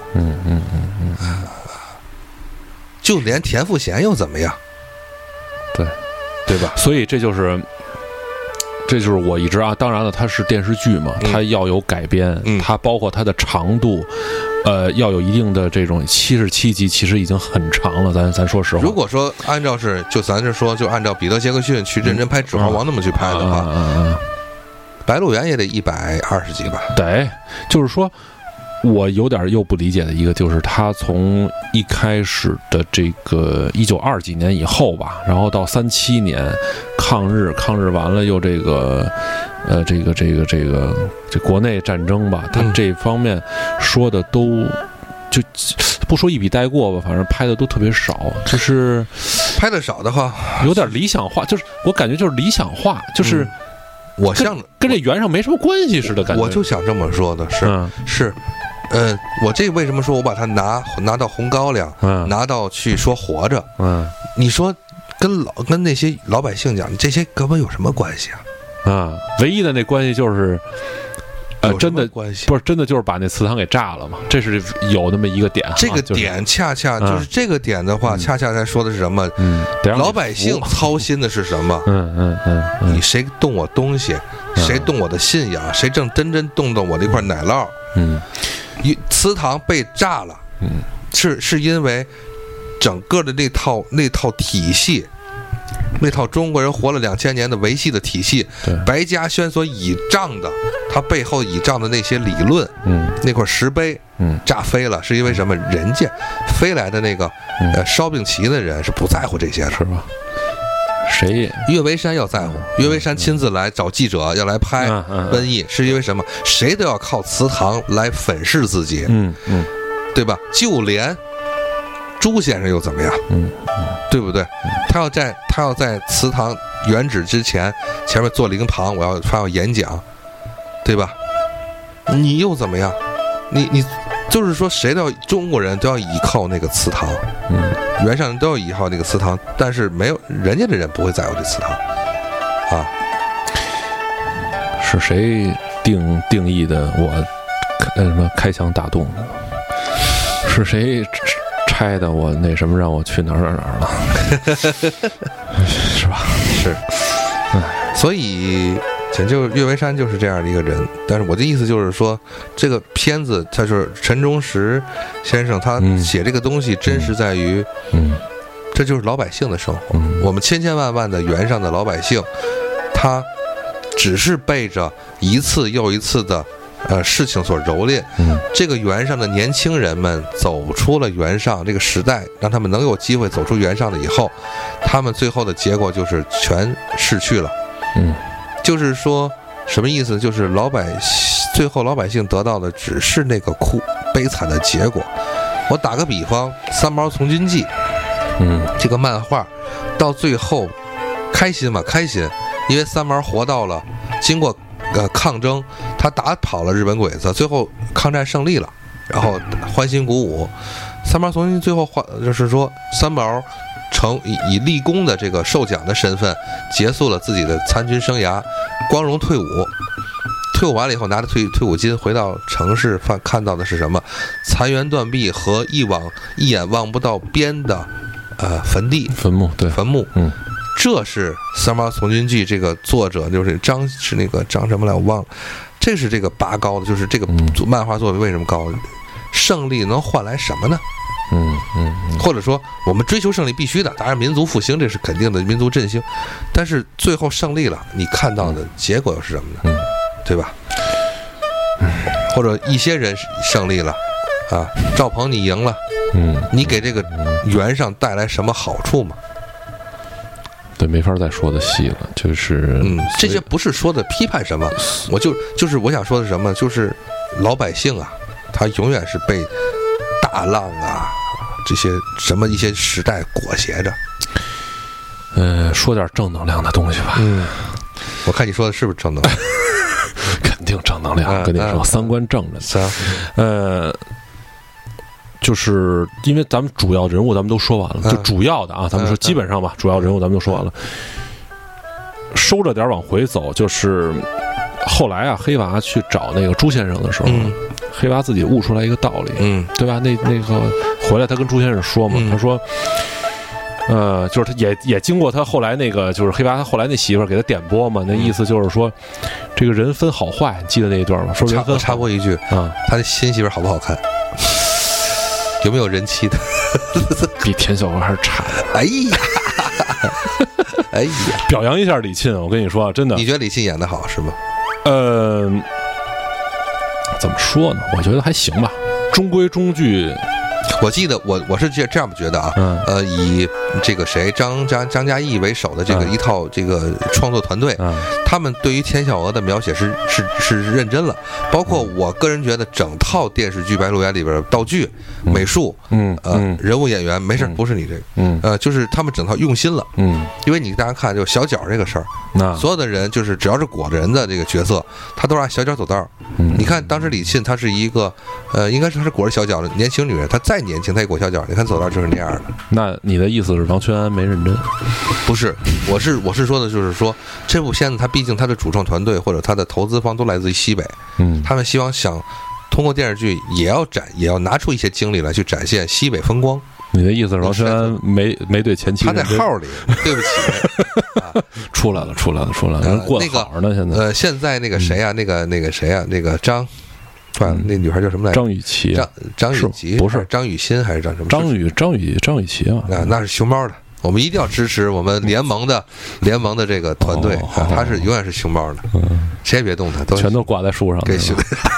就连田福贤又怎么样？对吧？ 所以这就是我一直啊，当然了，它是电视剧嘛，它要有改编，它包括它的长度，要有一定的这种77集，其实已经很长了。咱说实话， 如果说按照就按照彼得·杰克逊去认真拍《指环王》那么去拍的话，白鹿原也得120集吧？ 对，就是说。我有点又不理解的一个，就是他从一开始的这个1920几年以后吧，然后到37年抗日完了又这个国内战争吧，他这方面说的都就不说一笔带过吧，反正拍的都特别少，就是拍的少的话， 有点理想化，就是我感觉就是理想化，就是我像跟这圆上没什么关系似的感觉。 我就想这么说的，是，我这为什么说我把它拿到红高粱，拿到去说活着，你说跟那些老百姓讲，这些根本有什么关系啊？ 唯一的那关系就是。真的关系不是真的，就是把那祠堂给炸了嘛？这是有那么一个点。 这个点恰恰就是这个点的话，恰恰在说的是什么？老百姓操心的是什么？你谁动我东西，谁动我的信仰，谁真正动到我这块奶酪？祠堂被炸了，是因为整个的那套体系。那套中国人活了2000年的维系的体系，白嘉轩所倚仗的，他背后倚仗的那些理论，那块石碑，炸飞了，是因为什么？人家飞来的那个烧饼旗的人是不在乎这些的， 是吧？谁？ 岳维山要在乎，岳维山亲自来找记者要来拍瘟疫，是因为什么？谁都要靠祠堂来粉饰自己，对吧？就连朱先生又怎么样？对不对？他要在祠堂原址之前面做灵堂，他要演讲，对吧？你又怎么样？你就是说，中国人都要依靠那个祠堂，原上人都要依靠那个祠堂，但是没有人家的人不会在乎这祠堂啊。 是谁定义的我什么开枪打洞？是谁拆的我那什么让我去哪儿了？是吧？ 是。所以就岳维山就是这样的一个人。但是我的意思就是说，这个片子他是陈忠实先生他写这个东西真实在于，这就是老百姓的生活。我们千万万的原上的老百姓，他只是背着一次又一次的事情所蹂躏，这个原上的年轻人们走出了原上这个时代，让他们能有机会走出原上的以后，他们最后的结果就是全逝去了。就是说什么意思？就是最后老百姓得到的只是那个悲惨的结果。我打个比方，《三毛从军记》，这个漫画到最后开心嘛？开心，因为三毛活到了经过抗争，他打跑了日本鬼子，最后抗战胜利了，然后欢欣鼓舞。三毛从军最后就是说，三毛以立功的这个受奖的身份结束了自己的参军生涯，光荣退伍。退伍完了以后，拿着退伍金回到城市，看到的是什么？残垣断壁和一眼望不到边的坟墓。对，坟墓。这是《三毛从军记》这个作者就是张什么来我忘了，这是这个拔高的，就是这个漫画作品为什么高？胜利能换来什么呢？或者说我们追求胜利必须的，当然民族复兴这是肯定的，民族振兴，但是最后胜利了，你看到的结果又是什么呢？对吧？或者一些人胜利了啊，赵鹏你赢了，你给这个原上带来什么好处吗？ 对，没法再说的细了，就是这些不是说的批判什么，就是我想说的什么，就是老百姓啊，他永远是被大浪啊这些什么一些时代裹挟着。 说点正能量的东西吧。 我看你说的是不是正能量？ 肯定正能量，跟你说，三观正着。就是因为咱们主要人物咱们都说完了，就主要的啊，咱们说基本上吧，主要人物咱们都说完了。收着点往回走，就是后来啊，黑娃去找那个朱先生的时候，黑娃自己悟出来一个道理，对吧？那个回来他跟朱先生说嘛，他说，就是他也经过他后来那个，就是黑娃他后来那媳妇儿给他点拨嘛，那意思就是说，这个人分好坏，你记得那一段吗？说人分插播一句啊，他的新媳妇儿好不好看？有没有人气的？ 比田小娥还是差的。 哎呀，哎呀， 表扬一下李沁，我跟你说，真的。 你觉得李沁演的好是吗？ 怎么说呢？我觉得还行吧，中规中矩， 我记得我是这样觉得啊，以这个谁张嘉译为首的这个一套这个创作团队，他们对于田小娥的描写是认真了，包括我个人觉得整套电视剧《白鹿原》里边道具、美术，人物演员没事，不是你这个，就是他们整套用心了，因为你大家看就小脚这个事儿，所有的人就是只要是裹着人的这个角色，他都是按小脚走道。你看当时李沁她是一个应该是她是裹着小脚的年轻女人，她再年轻她也裹小脚，你看走道就是那样的。那你的意思是王全安没认真？ 不是，我是说的就是说这部片子它毕竟它的主创团队或者它的投资方都来自于西北，他们希望想通过电视剧也要拿出一些精力来去展现西北风光。 你的意思是王全安没对前妻他在号里，对不起， 出来了，人过得好呢。 现在那个谁啊，那个谁啊，那个张，那女孩叫什么来着？ 张雨绮， 张雨绮不是张雨欣还是张什么？ 张雨绮啊， 那是熊猫的。我们一定要支持我们联盟的这个团队，他是永远是熊猫的，谁也别动他， 全都挂在树上给熊。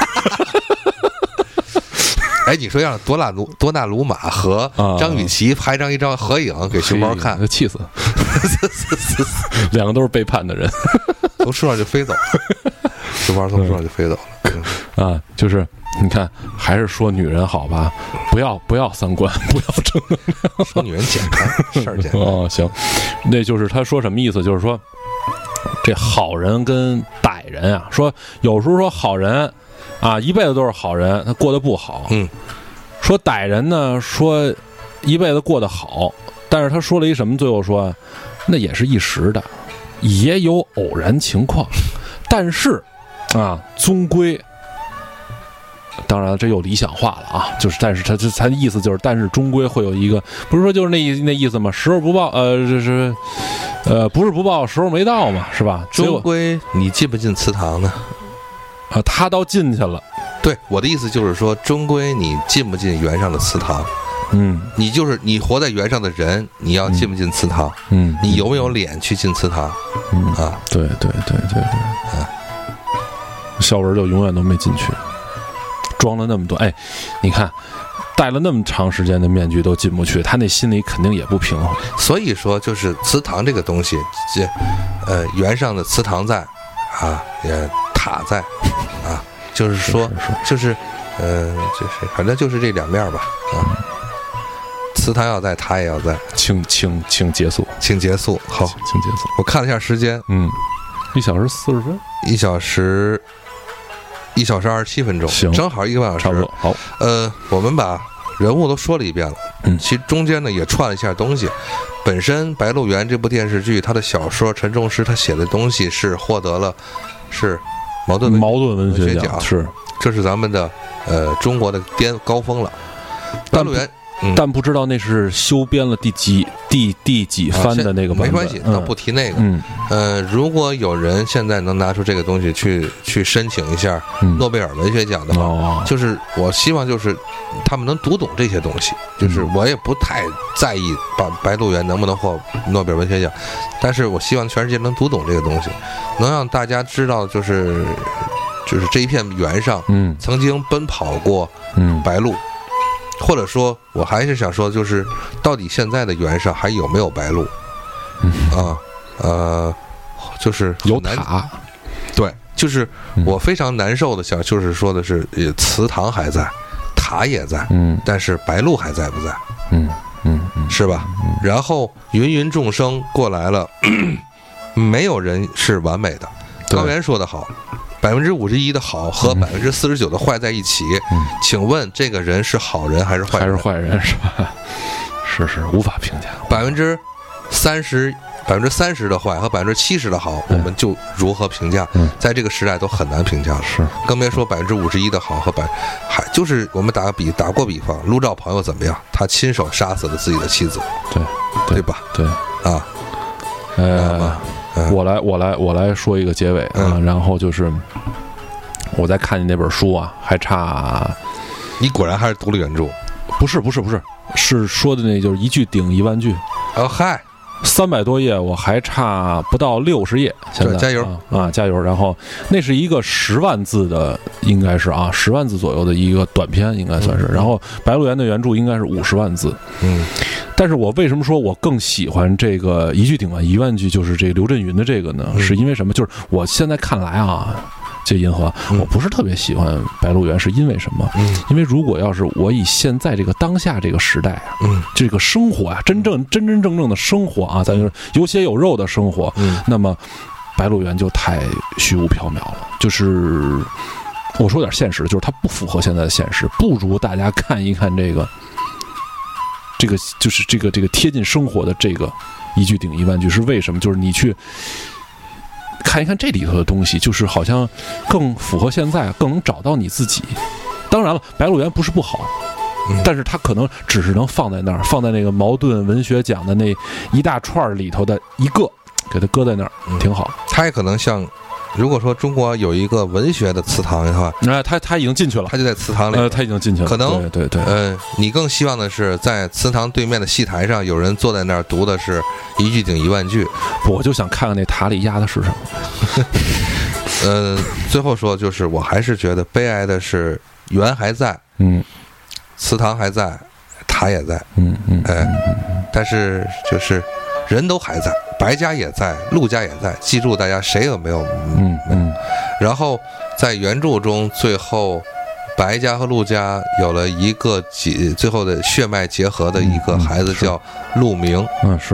哎，你说让多纳鲁马和张雨绮拍一张合影给熊猫看， 气死！两个都是背叛的人， 从树上就飞走了，熊猫从树上就飞走了。 啊，就是你看，还是说女人好吧，不要三观，不要正能量， 说女人简单，事儿简单。 哦，行，那就是他说什么意思？就是说，这好人跟歹人啊，说有时候说好人。啊，一辈子都是好人，他过得不好。说歹人呢，说一辈子过得好，但是他说了一什么？最后说，那也是一时的，也有偶然情况，但是啊，终归，当然这又理想化了啊，就是但是他的意思就是，但是终归会有一个，不是说就是那意思吗？时候不报，这是不是不报，时候没到嘛，是吧？ 终归你进不进祠堂呢？ 啊，他倒进去了。 对，我的意思就是说，终归你进不进原上的祠堂？你就是你活在原上的人，你要进不进祠堂？你有没有脸去进祠堂？啊， 对，肖文就永远都没进去，装了那么多。哎，你看，戴了那么长时间的面具都进不去，他那心里肯定也不平衡。 所以说，就是祠堂这个东西，原上的祠堂在，啊，也。塔在，啊，就是说，就是反正就是这两面吧，啊，祠堂要在，塔也要在， 请结束， 好， 请结束。 我看了一下时间 ，1小时40分 ，1小时27分钟， 行， 正好1个半小时， 差不多。好， 我们把人物都说了一遍了，其实中间呢也串了一下东西。本身《白鹿原》这部电视剧，他的小说陈仲诗他写的东西是获得了茅盾文学奖， 是， 这是咱们的中国的高峰了。白鹿原， 但不知道那是修编了第几番的那个版本， 没关系，倒不提那个。如果有人现在能拿出这个东西去申请一下诺贝尔文学奖的话，就是我希望就是他们能读懂这些东西。就是我也不太在意白鹿原能不能获诺贝尔文学奖，但是我希望全世界能读懂这个东西，能让大家知道就是这一片原上曾经奔跑过白鹿。或者说我还是想说，就是到底现在的原上还有没有白鹿？就是有塔， 对，就是我非常难受的想，就是说的是，祠堂还在，塔也在，但是白鹿还在不在？是吧？然后芸芸众生过来了，没有人是完美的。高原说得好。51%的好和49%的坏在一起，请问这个人是好人还是坏人？ 还是坏人是吧？是无法评价。 30%的坏和70%的好，我们就如何评价？在这个时代都很难评价了。 是， 更别说51%的好和就是我们打过比方，陆兆朋友怎么样？他亲手杀死了自己的妻子，对吧？ 对啊，我来说一个结尾啊，然后就是我在看你那本书啊，还差， 你果然还是读了原著， 不是，是说的那就是一句顶1万句。 嗨， 300多页，我还差不到60页。现在加油加油！然后那是一个10万字的，应该是10万字左右的一个短篇，应该算是。然后《白鹿原》的原著应该是50万字。但是我为什么说我更喜欢这个一句顶完1万句，就是这个刘震云的这个呢？是因为什么？就是我现在看来这银河，我不是特别喜欢《白鹿原》，是因为什么？因为如果要是我以现在这个当下这个时代这个生活真正的生活咱就是有血有肉的生活，那么《白鹿原》就太虚无缥缈了。就是我说点现实，就是它不符合现在的现实，不如大家看一看这个就是这个贴近生活的这个一句顶1万句是为什么？就是你去看一看这里头的东西，就是好像更符合现在，更能找到你自己。当然了，《白鹿原》不是不好，但是它可能只是能放在那儿，放在那个茅盾文学奖的那一大串里头的一个，给它搁在那儿，挺好。 它也可能像，如果说中国有一个文学的祠堂的话， 他已经进去了， 他就在祠堂里， 他已经进去了。 可能对， 你更希望的是在祠堂对面的戏台上，有人坐在那儿读的是一句顶1万句。 我就想看看那塔里压的是什么。最后说就是，我还是觉得悲哀的是，原还在，祠堂还在，塔也在，但是就是人都还在。白家也在，陆家也在，记住大家谁也没有然后在原著中，最后白家和陆家有了一个最后的血脉结合的一个孩子，叫陆明。 是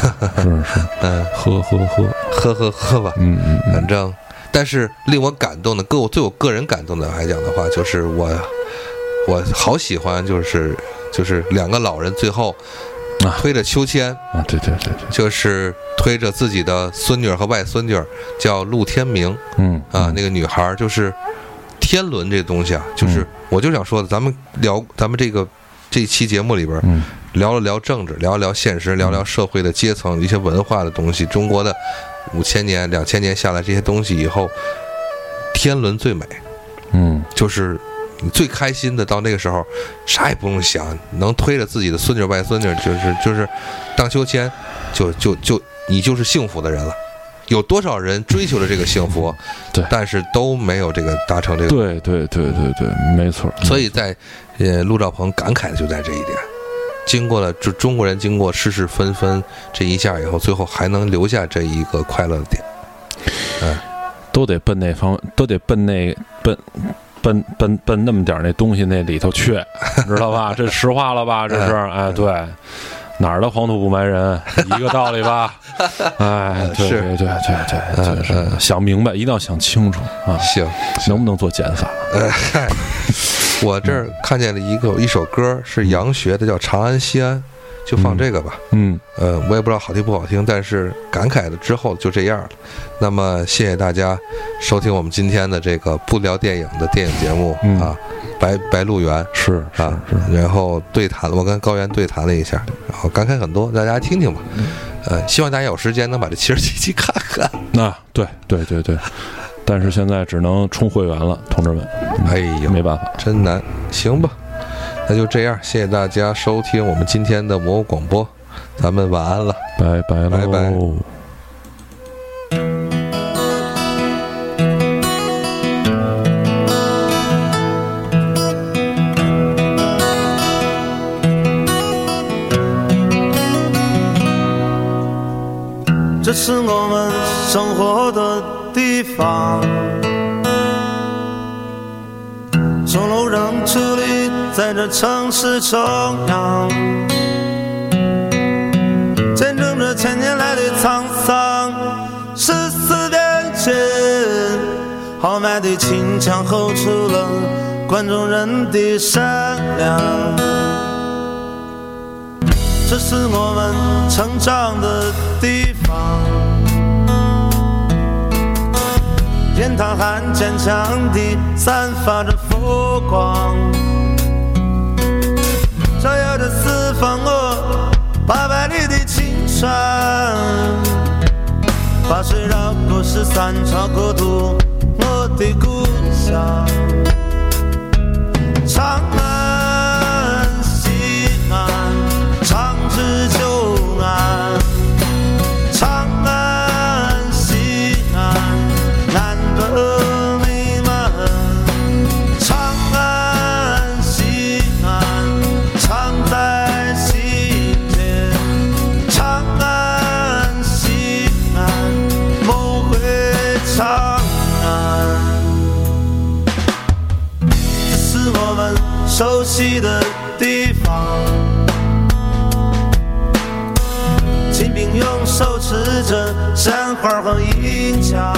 喝吧。 反正，但是令我感动的，对我个人感动的来讲的话，就是我好喜欢，就是两个老人最后推着秋千对， 就是推着自己的孙女和外孙女，叫陆天明。那个女孩就是天伦这东西就是我就想说的，咱们这期节目里边聊了聊政治，聊了聊现实，聊聊社会的阶层一些文化的东西，中国的5000年2000年下来这些东西以后，天伦最美。就是你最开心的，到那个时候啥也不用想，能推着自己的孙女外孙女，就是荡秋千，就你就是幸福的人了。有多少人追求着这个幸福， 对， 但是都没有这个达成这个。 对，没错。 所以在陆兆鹏感慨的就在这一点，经过了中国人经过世事纷纷这一下以后，最后还能留下这一个快乐的点。 都得奔那方，都得奔那么点那东西那里头去，知道吧？这实话了吧？这是对，哪儿的黄土不埋人，一个道理吧？对，就是想明白，一定要想清楚啊！ 行， 能不能做减法？ 我这儿看见了一首歌是杨学的，叫《长安西安》，就放这个吧。我也不知道好听不好听，但是感慨了之后就这样了。那么谢谢大家收听我们今天的这个不聊电影的电影节目白鹿原是， 然后对谈，我跟高原对谈了一下，然后感慨很多，大家听听吧。希望大家有时间能把这77期看看。 对，但是现在只能充会员了，同志们。没办法， 真难。行吧，那就这样，谢谢大家收听我们今天的魔物广播，咱们晚安了， 拜拜。 这是我们生活的地方，钟楼仍矗立在这城市中央，见证着1000年来的沧桑。14点前，豪迈的秦腔吼出了观众人的善良。这是我们成长的地方，天堂还坚强地散发着佛光，照耀着四方800里的青山，把水绕过13朝国土，我的故乡。长安西安，长治久安， 悉的地方。秦兵用手持着山花和银枪，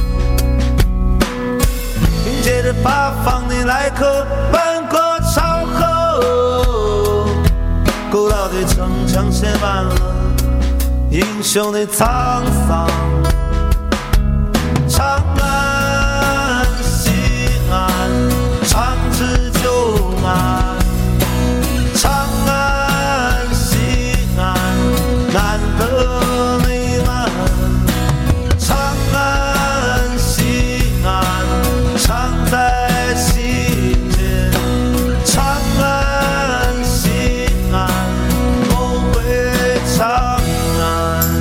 迎接着八方的来客奔过朝后，古老的城墙写满了英雄的沧桑。长安西安，长治久安。长安西安，难得美满。长安西安，常在心间。长安西安，梦回长安。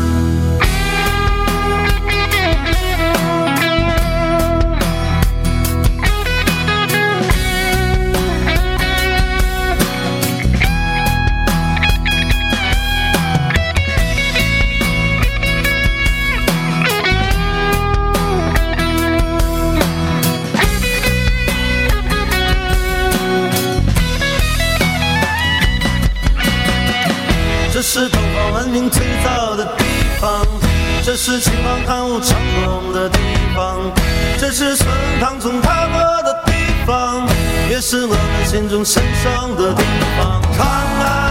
这是东方文明最早的地方，这是秦皇汉武成功的地方，这是孙唐宗踏过的地方，也是我们心中神圣的地方。长安